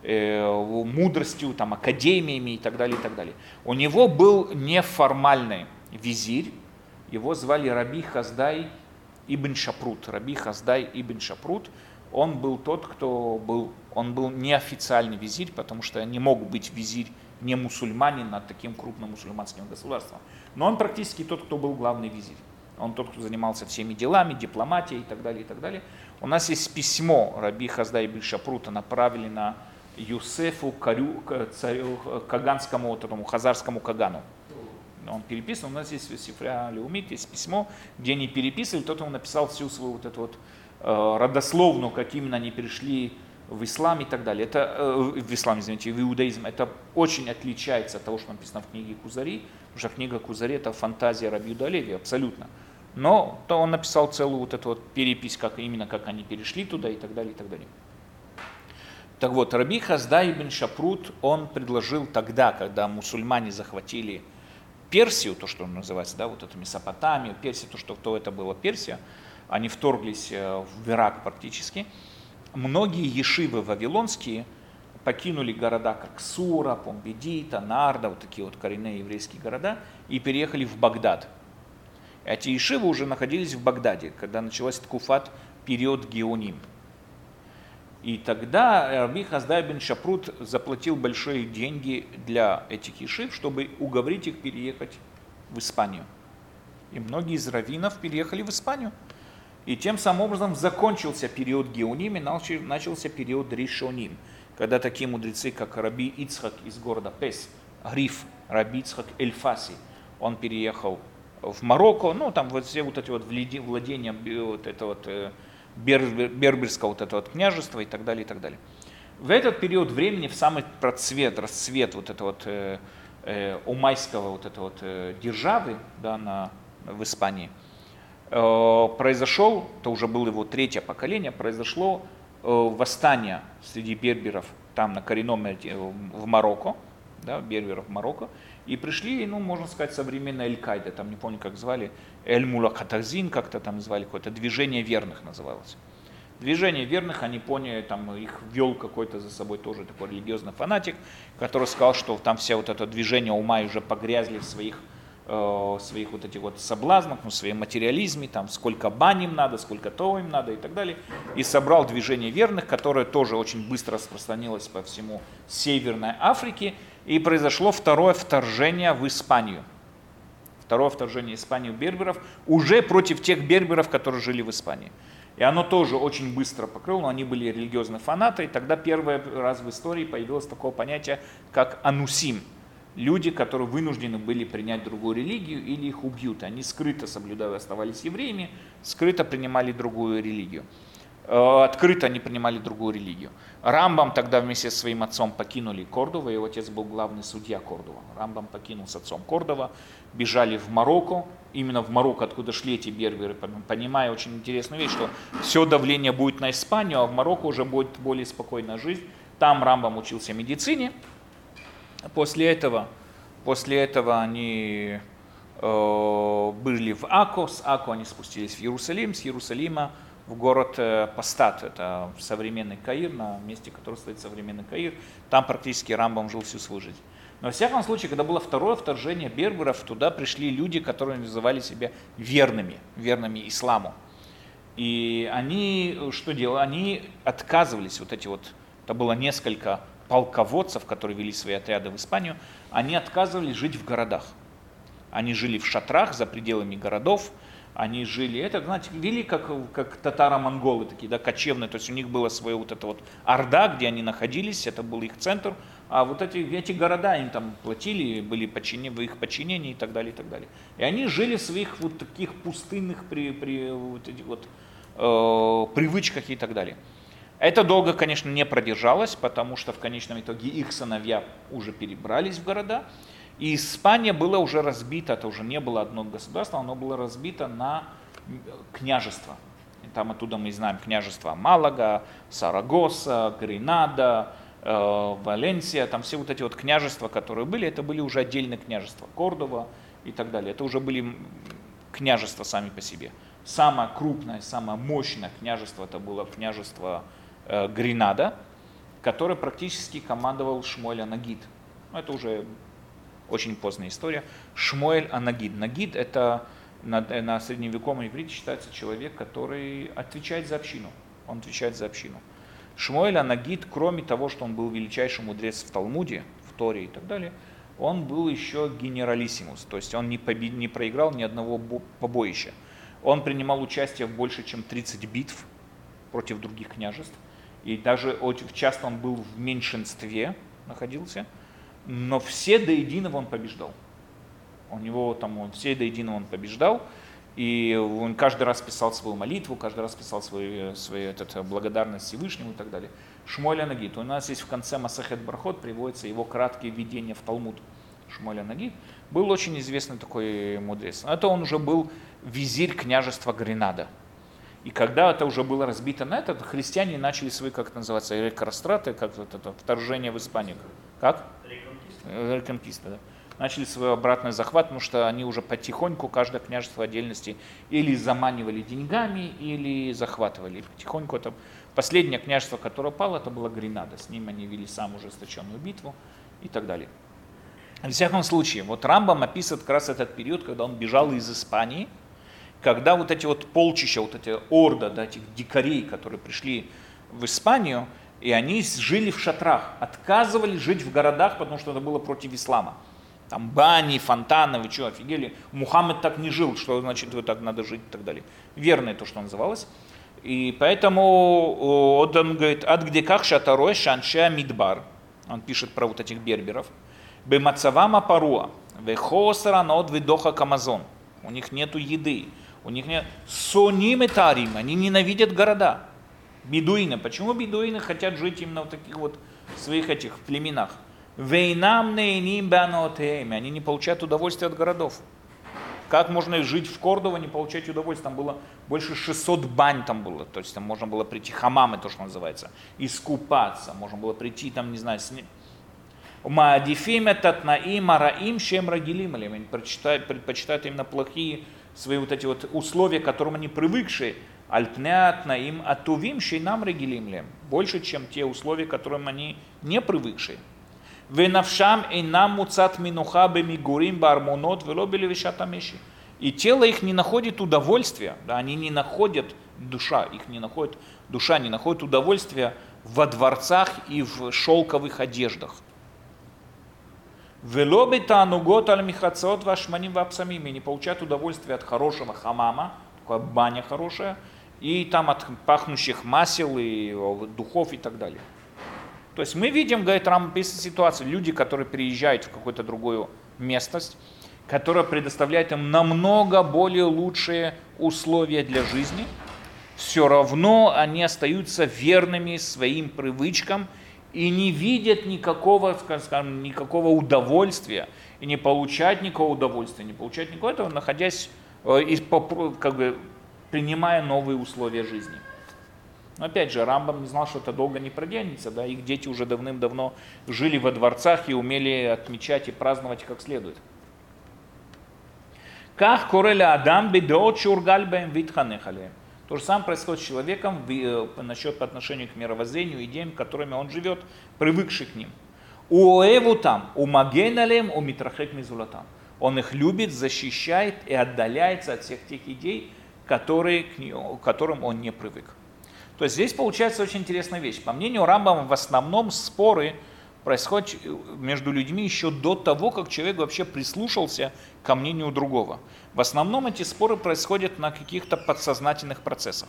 A: мудростью, там, академиями и так далее, и так далее. У него был неформальный визирь, его звали Раби Хаздай ибн Шапрут. Раби Хаздай ибн Шапрут, он был тот, кто был, он был неофициальный визирь, потому что не мог быть визирь не мусульманин над таким крупным мусульманским государством. Но он практически тот, кто был главный визирь. Он тот, кто занимался всеми делами, дипломатией и так далее, и так далее. У нас есть письмо Раби Хаздай ибн Шапрута, направленное Юсефу Карю, царю, каганскому, вот этому хазарскому кагану. Он переписан, у нас есть в Сифре Леумит, есть письмо, где они переписывали, тот ему написал всю свою вот эту вот э, родословную, как именно они перешли в ислам и так далее. Это, э, в ислам, извините, в иудаизм. Это очень отличается от того, что написано в книге Кузари, потому что книга Кузари это фантазия Раби Юда Алеви, абсолютно. Но то он написал целую вот эту вот перепись, как именно как они перешли туда и так далее, и так далее. Так вот, Раби Хаздай ибн Шапрут, он предложил тогда, когда мусульмане захватили Персию, то, что называется, да, вот эту Месопотамию, Персию, то, что то это было Персия, они вторглись в Ирак практически. Многие ешивы вавилонские покинули города, как Сура, Помбедита, Нарда, вот такие вот коренные еврейские города, и переехали в Багдад. Эти ешивы уже находились в Багдаде, когда началась ткуфат, период Геоним. И тогда Раби Хасдай бен Шапрут заплатил большие деньги для этих ешив, чтобы уговорить их переехать в Испанию. И многие из раввинов переехали в Испанию. И тем самым образом закончился период Геоним и начался период Ришоним, когда такие мудрецы, как Раби Ицхак из города Пес, Гриф, Раби Ицхак Эль-Фаси, он переехал в Марокко, ну там вот все вот эти вот владения вот это вот берберского вот этого вот княжества и так далее, и так далее. В этот период времени, в самый процвет, расцвет вот этого вот э, э, умайского вот этого вот э, державы, да, на, в Испании, э, произошел, это уже было его третье поколение, произошло э, восстание среди берберов там на коренном э, в Марокко, да, берберов в Марокко, и пришли, ну, можно сказать, современная Аль-Каида, там не помню, как звали, Эль-Мулакатазин как-то там звали, какое-то движение верных называлось. Движение верных, они поняли, там их вел какой-то за собой тоже такой религиозный фанатик, который сказал, что там все вот это движение ума уже погрязли в своих, э, своих вот этих вот соблазнах, ну, в своем материализме, там сколько бань им надо, сколько то им надо и так далее. И собрал движение верных, которое тоже очень быстро распространилось по всему Северной Африке. И произошло второе вторжение в Испанию. Второе вторжение Испании в берберов уже против тех берберов, которые жили в Испании. И оно тоже очень быстро покрыло, но они были религиозные фанаты. И тогда первый раз в истории появилось такое понятие, как анусим. Люди, которые вынуждены были принять другую религию или их убьют. Они скрыто соблюдая оставались евреями, скрыто принимали другую религию. Открыто они принимали другую религию. Рамбам тогда вместе со своим отцом покинули Кордову, его отец был главный судья Кордова. Рамбам покинул с отцом Кордова, бежали в Марокко, именно в Марокко, откуда шли эти берберы, понимая очень интересную вещь, что все давление будет на Испанию, а в Марокко уже будет более спокойная жизнь. Там Рамбам учился медицине. После этого, после этого они э, были в Ако, с Ако они спустились в Иерусалим, с Иерусалима в город Пастат, это современный Каир, на месте, которого стоит современный Каир. Там практически Рамбам жил всю свою жизнь. Но во всяком случае, когда было второе вторжение берберов, туда пришли люди, которые называли себя верными, верными исламу. И они что делали? Они отказывались, вот эти вот, это было несколько полководцев, которые вели свои отряды в Испанию, они отказывались жить в городах. Они жили в шатрах за пределами городов. Они жили, это, знаете, вели как, как татаро-монголы такие, да, кочевные, то есть у них была своя вот эта вот орда, где они находились, это был их центр, а вот эти, эти города им там платили, были подчинены, в их подчинении и так далее, и так далее. И они жили в своих вот таких пустынных при, при, вот этих вот, э, привычках и так далее. Это долго, конечно, не продержалось, потому что в конечном итоге их сыновья уже перебрались в города. И Испания была уже разбита, это уже не было одно государство, оно было разбито на княжества. И там оттуда мы знаем княжества Малага, Сарагоса, Гренада, э, Валенсия, там все вот эти вот княжества, которые были, это были уже отдельные княжества, Кордова и так далее. Это уже были княжества сами по себе. Самое крупное, самое мощное княжество, это было княжество э, Гренада, которое практически командовал Шмуэль а-Нагид. Ну, это уже очень поздняя история. Шмуэль а-Нагид. Нагид — это на, на средневековом иврите считается человек, который отвечает за общину. Он отвечает за общину. Шмуэль а-Нагид, кроме того, что он был величайший мудрец в Талмуде, в Торе и так далее, он был еще генералиссимус, то есть он не, побед... не проиграл ни одного побоища. Он принимал участие в больше, чем тридцать битв против других княжеств, и даже часто он был в меньшинстве находился, но все до единого он побеждал. У него там он, все до единого он побеждал, и он каждый раз писал свою молитву, каждый раз писал свою, свою этот, благодарность Всевышнему и так далее. Шмуэль а-Нагид. У нас есть в конце Масехет Брахот приводится его краткие введения в Талмуд. Шмуэль а-Нагид был очень известный такой мудрец. Это он уже был визирь княжества Гренада. И когда это уже было разбито на это, христиане начали свои, как это называется, реконстраты, как вот это вторжение в Испанию. Как?
B: Реконкиста.
A: Реконкиста, да. начали свой обратный захват, потому что они уже потихоньку, каждое княжество отдельности, или заманивали деньгами, или захватывали. И потихоньку это последнее княжество, которое пало, это была Гренада. С ним они вели самую ужесточенную битву и так далее. В всяком случае, вот Рамбам описывает как раз этот период, когда он бежал из Испании, когда вот эти вот полчища, вот эти орда, да, этих дикарей, которые пришли в Испанию, и они жили в шатрах, отказывались жить в городах, потому что это было против ислама. Там бани, фонтаны, вы что, офигели? Мухаммед так не жил, что значит вот так надо жить и так далее. Верное то, что называлось. И поэтому он говорит, от где как шатарой шанша мидбар, он пишет про вот этих берберов, бемацавама паруа, вехосра нод видоха камазон, у них нету еды, у них нет соним и тарим, они ненавидят города. Бедуины. Почему бедуины хотят жить именно в таких вот своих этих племенах? Вейнам нейним банотеем, они не получают удовольствия от городов. Как можно жить в Кордово, не получать удовольствие? Там было больше шестисот бань там было, то есть там можно было прийти, хамамы, то, что называется, искупаться, можно было прийти там, не знаю, с... Маадифим этот наим араим шем рагилим, они предпочитают именно плохие свои вот эти вот условия, к которым они привыкшие, альпнят наим атувим шейнам рагилим, больше, чем те условия, к которым они не привыкшие. Венавшам инам муцат минуха бемигурим бармонот велобили вишатамеши. И тело их не находит удовольствия, да, они не находят душа, их не находит душа, не находит удовольствия во дворцах и в шелковых одеждах. Велобита анугот аль михацот вашманим вапсамим, не получают удовольствия от хорошего хамама, такая баня хорошая, и там от пахнущих масел и духов и так далее. То есть мы видим, говорит Рамбам, описывает ситуацию, люди, которые приезжают в какую-то другую местность, которая предоставляет им намного более лучшие условия для жизни, все равно они остаются верными своим привычкам и не видят никакого, скажем, никакого удовольствия, и не получают никакого удовольствия, не получают никакого этого, находясь, как бы, принимая новые условия жизни. Но опять же, Рамбам не знал, что это долго не продержится, да, их дети уже давным-давно жили во дворцах и умели отмечать и праздновать как следует. Как кореля Адам бедоот шургальбаем витханехале. То же самое происходит с человеком насчет по отношению к мировоззрению, идеям, которыми он живет, привыкший к ним. Уэву там, умагеналем, умитрахек мизулатам. Он их любит, защищает и отдаляется от всех тех идей, которые, к которым он не привык. То есть здесь получается очень интересная вещь. По мнению Рамбама, в основном споры происходят между людьми еще до того, как человек вообще прислушался ко мнению другого. В основном эти споры происходят на каких-то подсознательных процессах.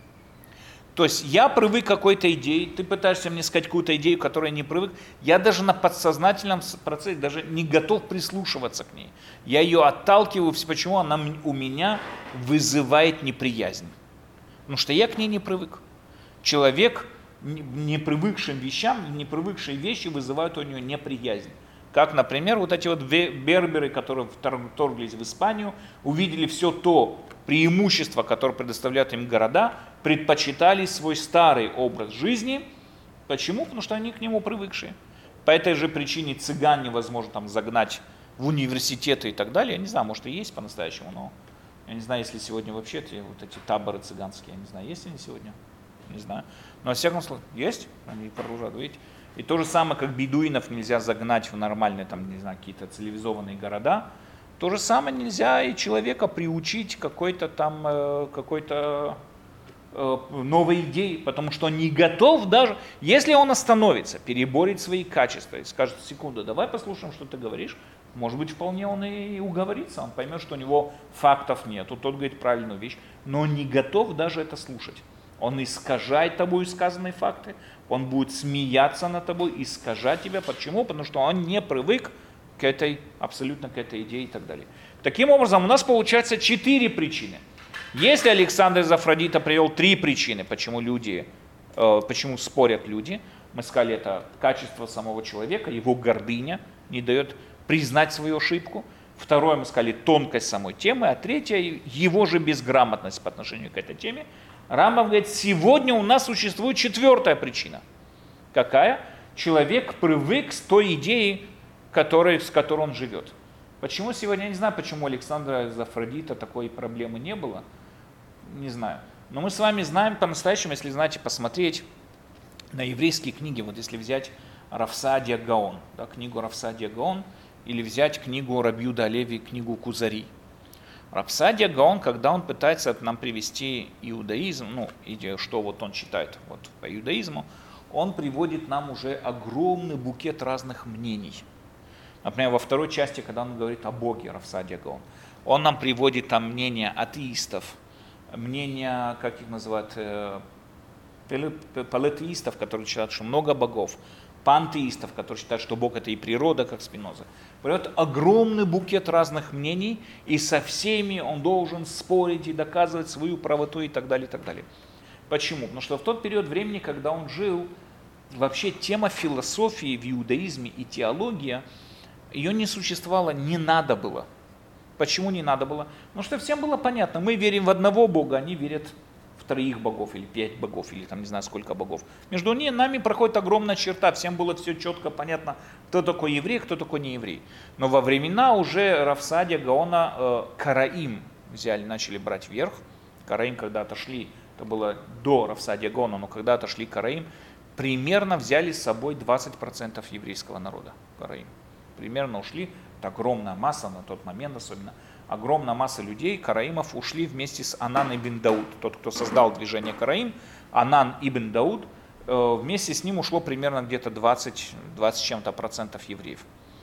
A: То есть я привык к какой-то идее, ты пытаешься мне сказать какую-то идею, к которой я не привык, я даже на подсознательном процессе даже не готов прислушиваться к ней. Я ее отталкиваю, почему она у меня вызывает неприязнь. Потому что я к ней не привык. Человек, не привыкшим вещам, не привыкшие вещи вызывают у него неприязнь. Как, например, вот эти вот берберы, которые вторглись в Испанию, увидели все то преимущество, которое предоставляют им города, предпочитали свой старый образ жизни. Почему? Потому что они к нему привыкшие. По этой же причине цыган невозможно там загнать в университеты и так далее. Я не знаю, может и есть по-настоящему, но я не знаю, если сегодня вообще эти, вот эти таборы цыганские, я не знаю, есть они сегодня? Не знаю. Но во всяком случае, есть, они продолжают, видите. И то же самое, как бедуинов нельзя загнать в нормальные, там, не знаю, какие-то цивилизованные города, то же самое нельзя и человека приучить к какой-то там, э, какой-то э, новой идее, потому что он не готов даже, если он остановится, переборет свои качества и скажет, секунду, давай послушаем, что ты говоришь, может быть, вполне он и уговорится, он поймет, что у него фактов нет, тот говорит правильную вещь, но он не готов даже это слушать. Он искажает тобой сказанные факты, он будет смеяться над тобой, искажать тебя. Почему? Потому что он не привык к этой, абсолютно к этой идее и так далее. Таким образом, у нас получается четыре причины. Если Александр из Афродита привел три причины, почему люди, э, почему спорят люди, мы сказали, это качество самого человека, его гордыня не дает признать свою ошибку. Второе, мы сказали, тонкость самой темы, а третье, его же безграмотность по отношению к этой теме. Рамбам говорит, сегодня у нас существует четвертая причина. Какая? Человек привык с той идеей, который, с которой он живет. Почему сегодня, я не знаю, почему у Александра из Афродита такой проблемы не было, не знаю. Но мы с вами знаем по-настоящему, если знаете, посмотреть на еврейские книги, вот если взять Рав Сааdia Гаон, да, книгу Рав Сааdia Гаон, или взять книгу Раби Юда Алеви, книгу Кузари. Рав Сааdia Гаон, когда он пытается нам привести иудаизм, ну, и что вот он читает вот, по иудаизму, он приводит нам уже огромный букет разных мнений. Например, во второй части, когда он говорит о Боге, Рав Сааdia Гаон, он нам приводит там мнения атеистов, мнения, как их называют, политеистов, которые считают, что много богов, пантеистов, которые считают, что Бог это и природа, как Спиноза. Берет огромный букет разных мнений, и со всеми он должен спорить и доказывать свою правоту и так далее, и так далее. Почему? Потому что в тот период времени, когда он жил, вообще тема философии в иудаизме и теология, ее не существовало, не надо было. Почему не надо было? Потому что всем было понятно, мы верим в одного Бога, они верят в троих богов, или пять богов, или там не знаю сколько богов. Между нами проходит огромная черта, всем было все четко понятно, кто такой еврей, кто такой не еврей. Но во времена уже Рав Сааdia Гаона э, Караим взяли, начали брать вверх. Караим, когда отошли, это было до Рав Сааdia Гаона, но когда отошли Караим, примерно взяли с собой двадцать процентов еврейского народа. Караим. Примерно ушли, это огромная масса на тот момент особенно, огромная масса людей, караимов, ушли вместе с Анан ибн Дауд. Тот, кто создал движение Караим, Анан ибн Дауд, вместе с ним ушло примерно где-то двадцать, двадцать чем-то процентов евреев.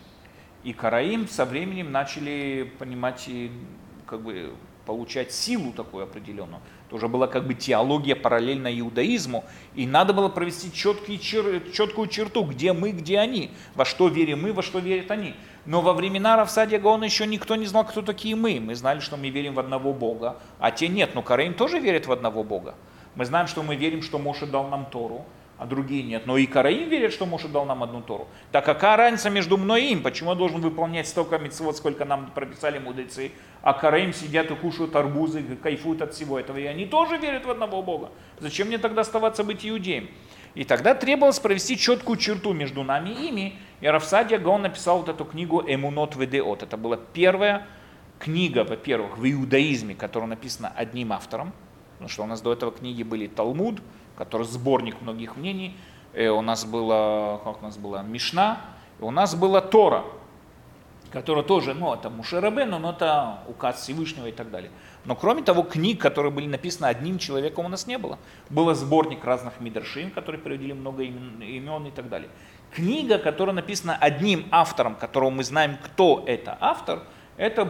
A: И Караим со временем начали понимать и как бы получать силу такую определенную. Это уже была как бы теология параллельно иудаизму, и надо было провести четкий, чер, четкую черту, где мы, где они, во что верим мы, во что верят они. Но во времена Рав Сааdia Гаона еще никто не знал, кто такие мы. Мы знали, что мы верим в одного Бога, а те нет. Но Караим тоже верит в одного Бога. Мы знаем, что мы верим, что Моше дал нам Тору, а другие нет. Но и Караим верит, что Моше дал нам одну Тору. Так какая разница между мной и им? Почему я должен выполнять столько мицвот, сколько нам прописали мудрецы, а Караим сидят и кушают арбузы, кайфуют от всего этого, и они тоже верят в одного Бога. Зачем мне тогда оставаться быть иудеем? И тогда требовалось провести четкую черту между нами и ими. И Рав Сааdia Гаон написал вот эту книгу «Эмунот ведеот». Это была первая книга, во-первых, в иудаизме, которая написана одним автором. Потому что у нас до этого книги были Талмуд, который сборник многих мнений. И у нас была, как у нас была, Мишна. И у нас была Тора, которая тоже, ну, это Моше Рабейну, но это указ Всевышнего и так далее. Но кроме того, книг, которые были написаны одним человеком, у нас не было. Был сборник разных мидрашим, которые приводили много имен, имен и так далее. Книга, которая написана одним автором, которого мы знаем, кто это автор, это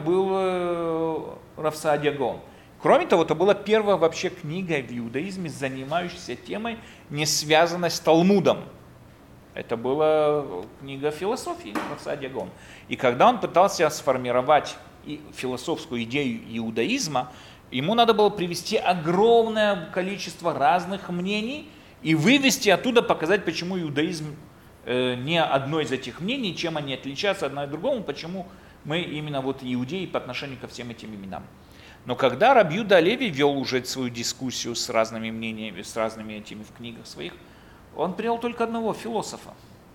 A: был Рав Сааdia Гаон. Кроме того, это была первая вообще книга в иудаизме, занимающаяся темой, не связанной с Талмудом. Это была книга философии Рав Сааdia Гаон. И когда он пытался сформировать философскую идею иудаизма, ему надо было привести огромное количество разных мнений и вывести оттуда, показать, почему иудаизм э, не одно из этих мнений, чем они отличаются одно от другого, почему мы именно вот иудеи по отношению ко всем этим именам. Но когда Раби Юда Алеви вел уже свою дискуссию с разными мнениями, с разными этими в книгах своих, он привел только одного философа.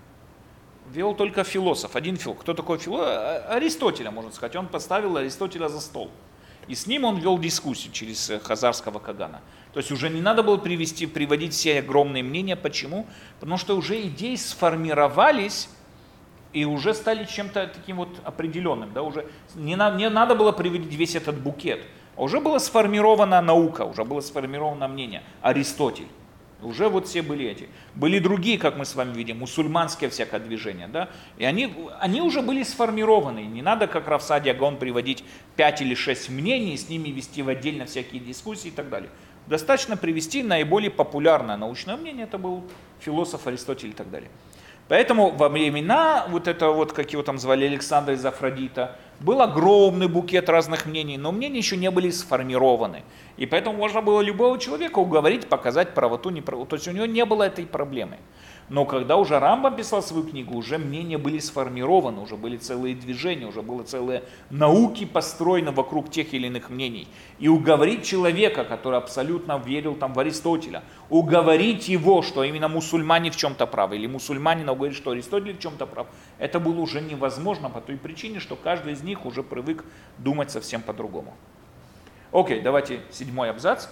A: Вел только философ, один философ. Кто такой философ? Аристотеля, можно сказать. Он поставил Аристотеля за стол. И с ним он вел дискуссию через хазарского Кагана. То есть уже не надо было привести, приводить все огромные мнения. Почему? Потому что уже идеи сформировались и уже стали чем-то таким вот определенным. Да? Уже не, на, не надо было приводить весь этот букет. А уже была сформирована наука, уже было сформировано мнение. Аристотель. Уже вот все были эти. Были другие, как мы с вами видим, мусульманские всякое движение. Да? И они, они уже были сформированы. Не надо, как Рав Сааdia Гаон, приводить пять или шесть мнений, с ними вести в отдельно всякие дискуссии и так далее. Достаточно привести наиболее популярное научное мнение, это был философ Аристотель и так далее. Поэтому во времена, вот это вот, как его там звали, Александра из Афродита, был огромный букет разных мнений, но мнения еще не были сформированы. И поэтому можно было любого человека уговорить, показать правоту, неправоту. То есть у него не было этой проблемы. Но когда уже Рамбам писал свою книгу, уже мнения были сформированы, уже были целые движения, уже были целые науки построены вокруг тех или иных мнений. И уговорить человека, который абсолютно верил там, в Аристотеля, уговорить его, что именно мусульмане в чем-то правы, или мусульманин уговорить, что Аристотель в чем-то прав, это было уже невозможно по той причине, что каждый из них уже привык думать совсем по-другому. Окей, давайте седьмой абзац.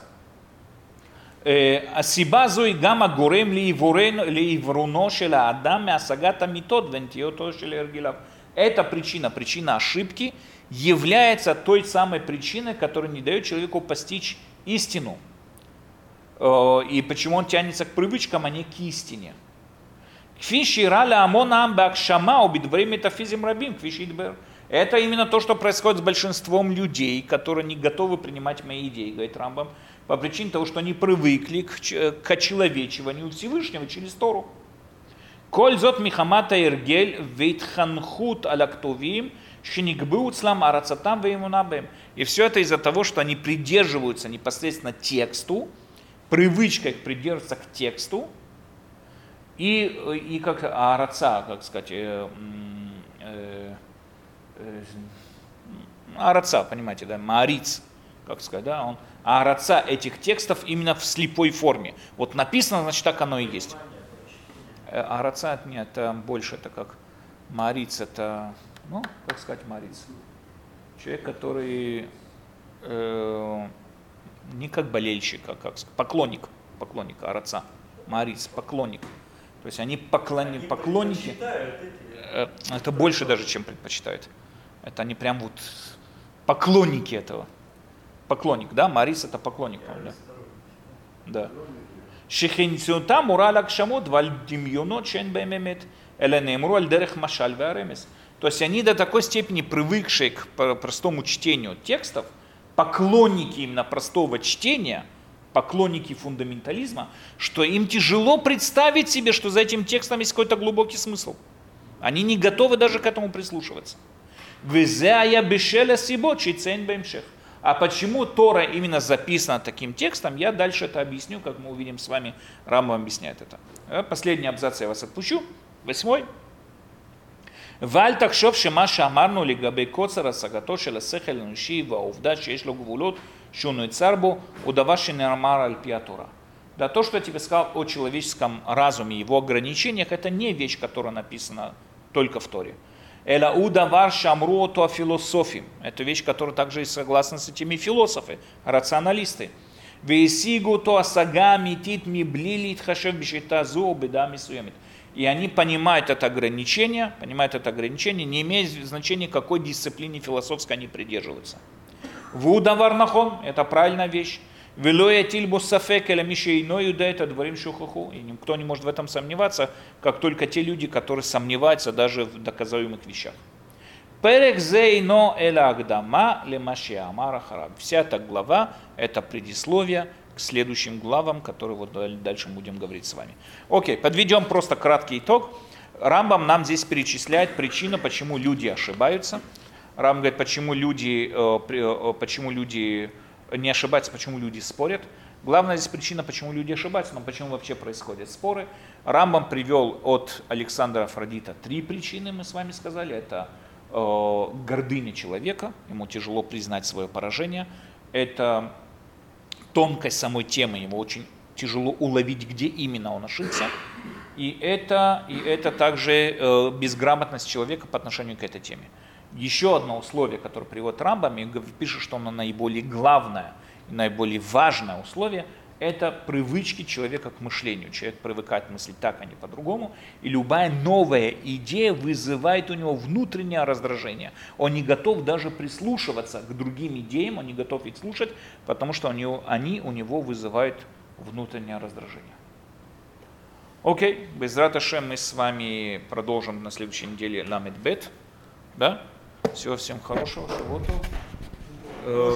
A: הסיבה זוהי גם הגורם לעיוורונו של האדם מהשגת המיתות ונטייתו של הרגליו. Эта причина, причина ошибки, является той самой причиной, которая не дает человеку постичь истину. И почему он тянется к привычкам, а не к истине. כפי שאירע להמון העם בהגשמה או בדברים מטאפיזיים רבים, כפי שהתברר. Это именно то, что происходит с большинством людей, которые не готовы принимать мои идеи, говорит Рамбам, по причине того, что они привыкли к, к очеловечиванию Всевышнего через Тору. Коль зот михамата иргель вейтханхут алактовим шиникбу цлам арацатам веймунабем. И все это из-за того, что они придерживаются непосредственно тексту, привычкой придерживаться к тексту, и, и как араца, как сказать, э, э, э, араца, понимаете, да, мариц, как сказать, да, он араца этих текстов именно в слепой форме. Вот написано, значит, так оно и есть. Араца, нет, это больше, это как мариц, это, ну, как сказать, мариц. Человек, который э, не как болельщик, а как поклонник, поклонник, араца, мариц, поклонник. То есть они поклон... поклонники, это больше даже, чем предпочитают. Это они прям вот поклонники этого. Поклонник, да? Марис это поклонник, по-моему, да? Шехенциута муралак шамот вальдимьонот шен бэмэмет эленемру альдерех машаль варемес. То есть они до такой степени привыкшие к простому чтению текстов, поклонники именно простого чтения, поклонники фундаментализма, что им тяжело представить себе, что за этим текстом есть какой-то глубокий смысл. Они не готовы даже к этому прислушиваться. А почему Тора именно записана таким текстом, я дальше это объясню, как мы увидим с вами, Рамбам объясняет это. Последний абзац я вас отпущу, восьмой. ואל תחשוב שמה שאמרנו לגבי קוצר השגתו של השכל האנושי והעובדה שיש לו גבולות שהוא נעצר בו הוא דבר שנאמר על פי התורה. Да, то, что я тебе сказал о человеческом разуме, его ограничениях, это не вещь, которая написана только в Торе. Эла удавар шамру то философим. Это вещь, которая также и согласна с этими философы, рационалисты. Вейсигу то асага митит миблили тхашев бишита зу бедами суемит. И они понимают это ограничение, понимают это ограничение, не имеет значения, какой дисциплине философской они придерживаются. Вудавар нахон, это правильная вещь. Велоя тильбу сафек или мишейной юдает адварим шухуху. И никто не может в этом сомневаться, как только те люди, которые сомневаются даже в доказуемых вещах. Перек зейно эла агдама лемаши амара хараб. Вся эта глава – это предисловие к следующим главам, которые вот дальше будем говорить с вами. Окей, подведем просто краткий итог. Рамбам нам здесь перечисляет причину, почему люди ошибаются. Рамбам говорит, почему люди, почему люди не ошибаются, почему люди спорят. Главная здесь причина, почему люди ошибаются, но почему вообще происходят споры. Рамбам привел от Александра Афродита три причины, мы с вами сказали. Это э, гордыня человека, ему тяжело признать свое поражение. Это тонкость самой темы, его очень тяжело уловить, где именно он ошибся. И это, и это также э, безграмотность человека по отношению к этой теме. Еще одно условие, которое приводит Рамбам, и пишет, что оно наиболее главное и наиболее важное условие, это привычки человека к мышлению. Человек привыкает мыслить так, а не по-другому. И любая новая идея вызывает у него внутреннее раздражение. Он не готов даже прислушиваться к другим идеям, он не готов их слушать, потому что они у него вызывают внутреннее раздражение. Окей, безрат Ашем, мы с вами продолжим на следующей неделе Ламед Бет. Да? Всего всем хорошего, шавотов.